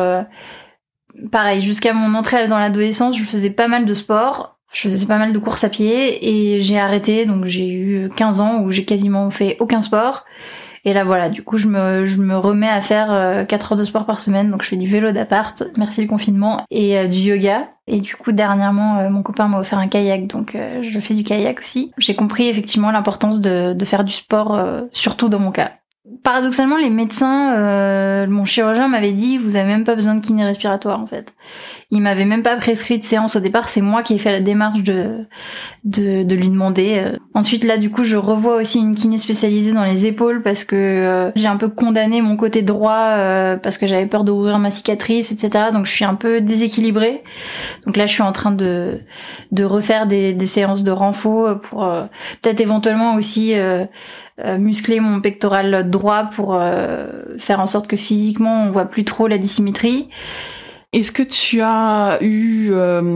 pareil, jusqu'à mon entrée dans l'adolescence, je faisais pas mal de sport. Je faisais pas mal de courses à pied et j'ai arrêté, donc j'ai eu 15 ans où j'ai quasiment fait aucun sport. Et là voilà, du coup je me remets à faire 4 heures de sport par semaine, donc je fais du vélo d'appart, merci le confinement, et du yoga. Et du coup dernièrement mon copain m'a offert un kayak, donc je fais du kayak aussi. J'ai compris effectivement l'importance de faire du sport, surtout dans mon cas. Paradoxalement, les médecins, mon chirurgien m'avait dit vous avez même pas besoin de kiné respiratoire en fait. Il m'avait même pas prescrit de séance au départ, c'est moi qui ai fait la démarche de lui demander. Ensuite là du coup je revois aussi une kiné spécialisée dans les épaules parce que j'ai un peu condamné mon côté droit parce que j'avais peur d'ouvrir ma cicatrice, etc. Donc je suis un peu déséquilibrée. Donc là je suis en train de refaire des séances de renfo pour peut-être éventuellement aussi muscler mon pectoral droit pour faire en sorte que physiquement on voit plus trop la dissymétrie. Est-ce que tu as eu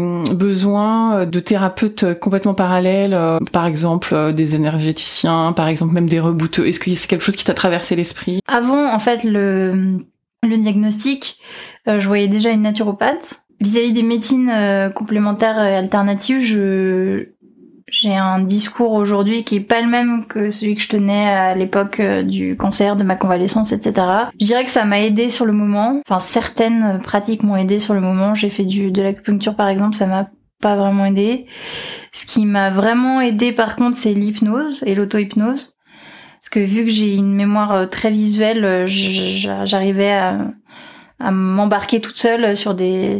besoin de thérapeutes complètement parallèles, par exemple des énergéticiens, par exemple même des rebouteux? Est-ce que c'est quelque chose qui t'a traversé l'esprit? Avant, en fait, le diagnostic, je voyais déjà une naturopathe. Vis-à-vis des médecines complémentaires et alternatives, j'ai un discours aujourd'hui qui est pas le même que celui que je tenais à l'époque du cancer, de ma convalescence, etc. Je dirais que ça m'a aidé sur le moment. Enfin, certaines pratiques m'ont aidé sur le moment. J'ai fait de l'acupuncture, par exemple, ça m'a pas vraiment aidé. Ce qui m'a vraiment aidé, par contre, c'est l'hypnose et l'auto-hypnose. Parce que vu que j'ai une mémoire très visuelle, j'arrivais à m'embarquer toute seule sur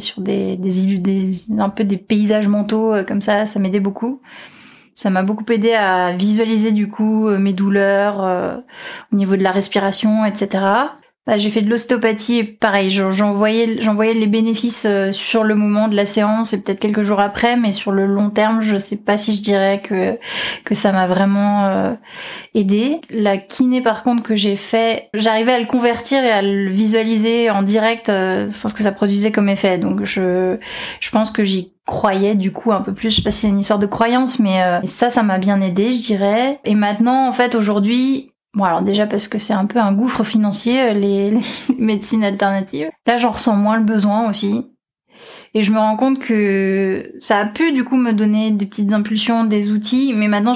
un peu des paysages mentaux comme ça m'aidait beaucoup. Ça m'a beaucoup aidé à visualiser du coup mes douleurs au niveau de la respiration, etc. J'ai fait de l'ostéopathie et pareil, j'en voyais les bénéfices sur le moment de la séance et peut-être quelques jours après, mais sur le long terme, je sais pas si je dirais que ça m'a vraiment aidé. La kiné par contre que j'ai fait, j'arrivais à le convertir et à le visualiser en direct, ce que ça produisait comme effet. Donc je pense que j'y croyais du coup un peu plus. Je sais pas si c'est une histoire de croyance, mais ça m'a bien aidé, je dirais. Et maintenant, en fait, aujourd'hui, bon, alors déjà parce que c'est un peu un gouffre financier, les médecines alternatives. Là, j'en ressens moins le besoin aussi. Et je me rends compte que ça a pu du coup me donner des petites impulsions, des outils, mais maintenant,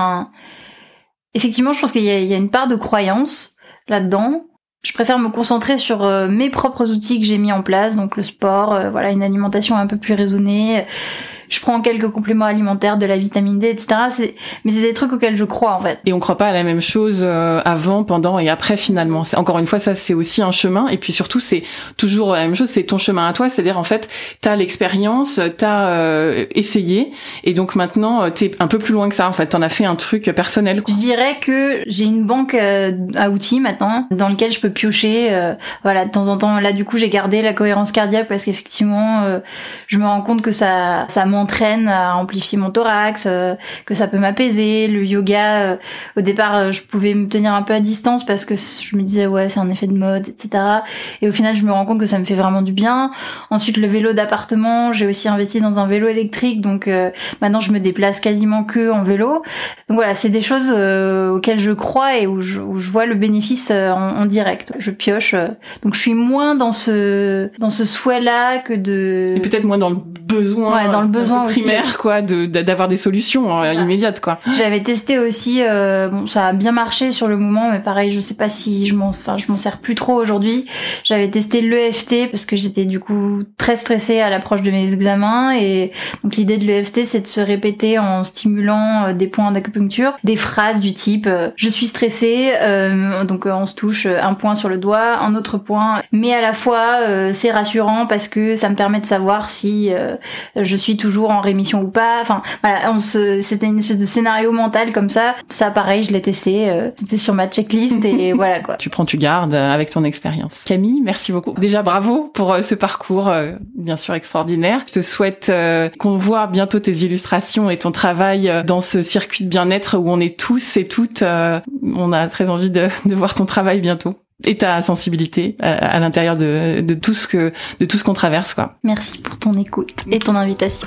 effectivement, je pense qu'il y a une part de croyance là-dedans. Je préfère me concentrer sur mes propres outils que j'ai mis en place, donc le sport, une alimentation un peu plus raisonnée. Je prends quelques compléments alimentaires, de la vitamine D, etc. Mais c'est des trucs auxquels je crois, en fait. Et on croit pas à la même chose avant, pendant et après, finalement. Encore une fois, ça, c'est aussi un chemin. Et puis surtout, c'est toujours la même chose, c'est ton chemin à toi. C'est-à-dire, en fait, t'as l'expérience, t'as essayé. Et donc maintenant, t'es un peu plus loin que ça. En fait, t'en as fait un truc personnel, quoi. Je dirais que j'ai une banque à outils maintenant, dans lequel je peux piocher. De temps en temps. Là, du coup, j'ai gardé la cohérence cardiaque parce qu'effectivement, je me rends compte que ça m'entraîne à amplifier mon thorax, que ça peut m'apaiser. Le yoga, au départ, je pouvais me tenir un peu à distance parce que je me disais ouais, c'est un effet de mode, etc. Et au final, je me rends compte que ça me fait vraiment du bien. Ensuite, le vélo d'appartement, j'ai aussi investi dans un vélo électrique, donc maintenant je me déplace quasiment que en vélo. Donc voilà, c'est des choses auxquelles je crois et où je vois le bénéfice en direct. Je pioche, donc je suis moins dans ce souhait-là que de... Et peut-être moins dans le besoin. Ouais, dans le besoin primaire, aussi. Quoi, d'avoir des solutions immédiates, quoi. J'avais testé aussi, ça a bien marché sur le moment, mais pareil, je sais pas si je m'en sers plus trop aujourd'hui. J'avais testé l'EFT parce que j'étais du coup très stressée à l'approche de mes examens, et donc l'idée de l'EFT, c'est de se répéter en stimulant des points d'acupuncture, des phrases du type je suis stressée, donc on se touche un point sur le doigt, un autre point, mais à la fois c'est rassurant parce que ça me permet de savoir si je suis toujours en rémission ou pas. Enfin voilà, c'était une espèce de scénario mental comme ça. Ça pareil, je l'ai testé, c'était sur ma checklist et voilà quoi. Tu prends, tu gardes avec ton expérience. Camille, merci beaucoup. Déjà bravo pour ce parcours bien sûr extraordinaire. Je te souhaite qu'on voit bientôt tes illustrations et ton travail dans ce circuit de bien-être où on est tous et toutes. On a très envie de voir ton travail bientôt. Et ta sensibilité à l'intérieur de tout ce qu'on traverse, quoi. Merci pour ton écoute et ton invitation.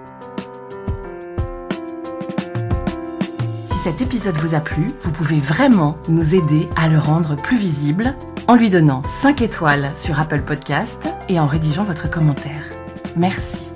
Si cet épisode vous a plu, vous pouvez vraiment nous aider à le rendre plus visible en lui donnant 5 étoiles sur Apple Podcast et en rédigeant votre commentaire. Merci.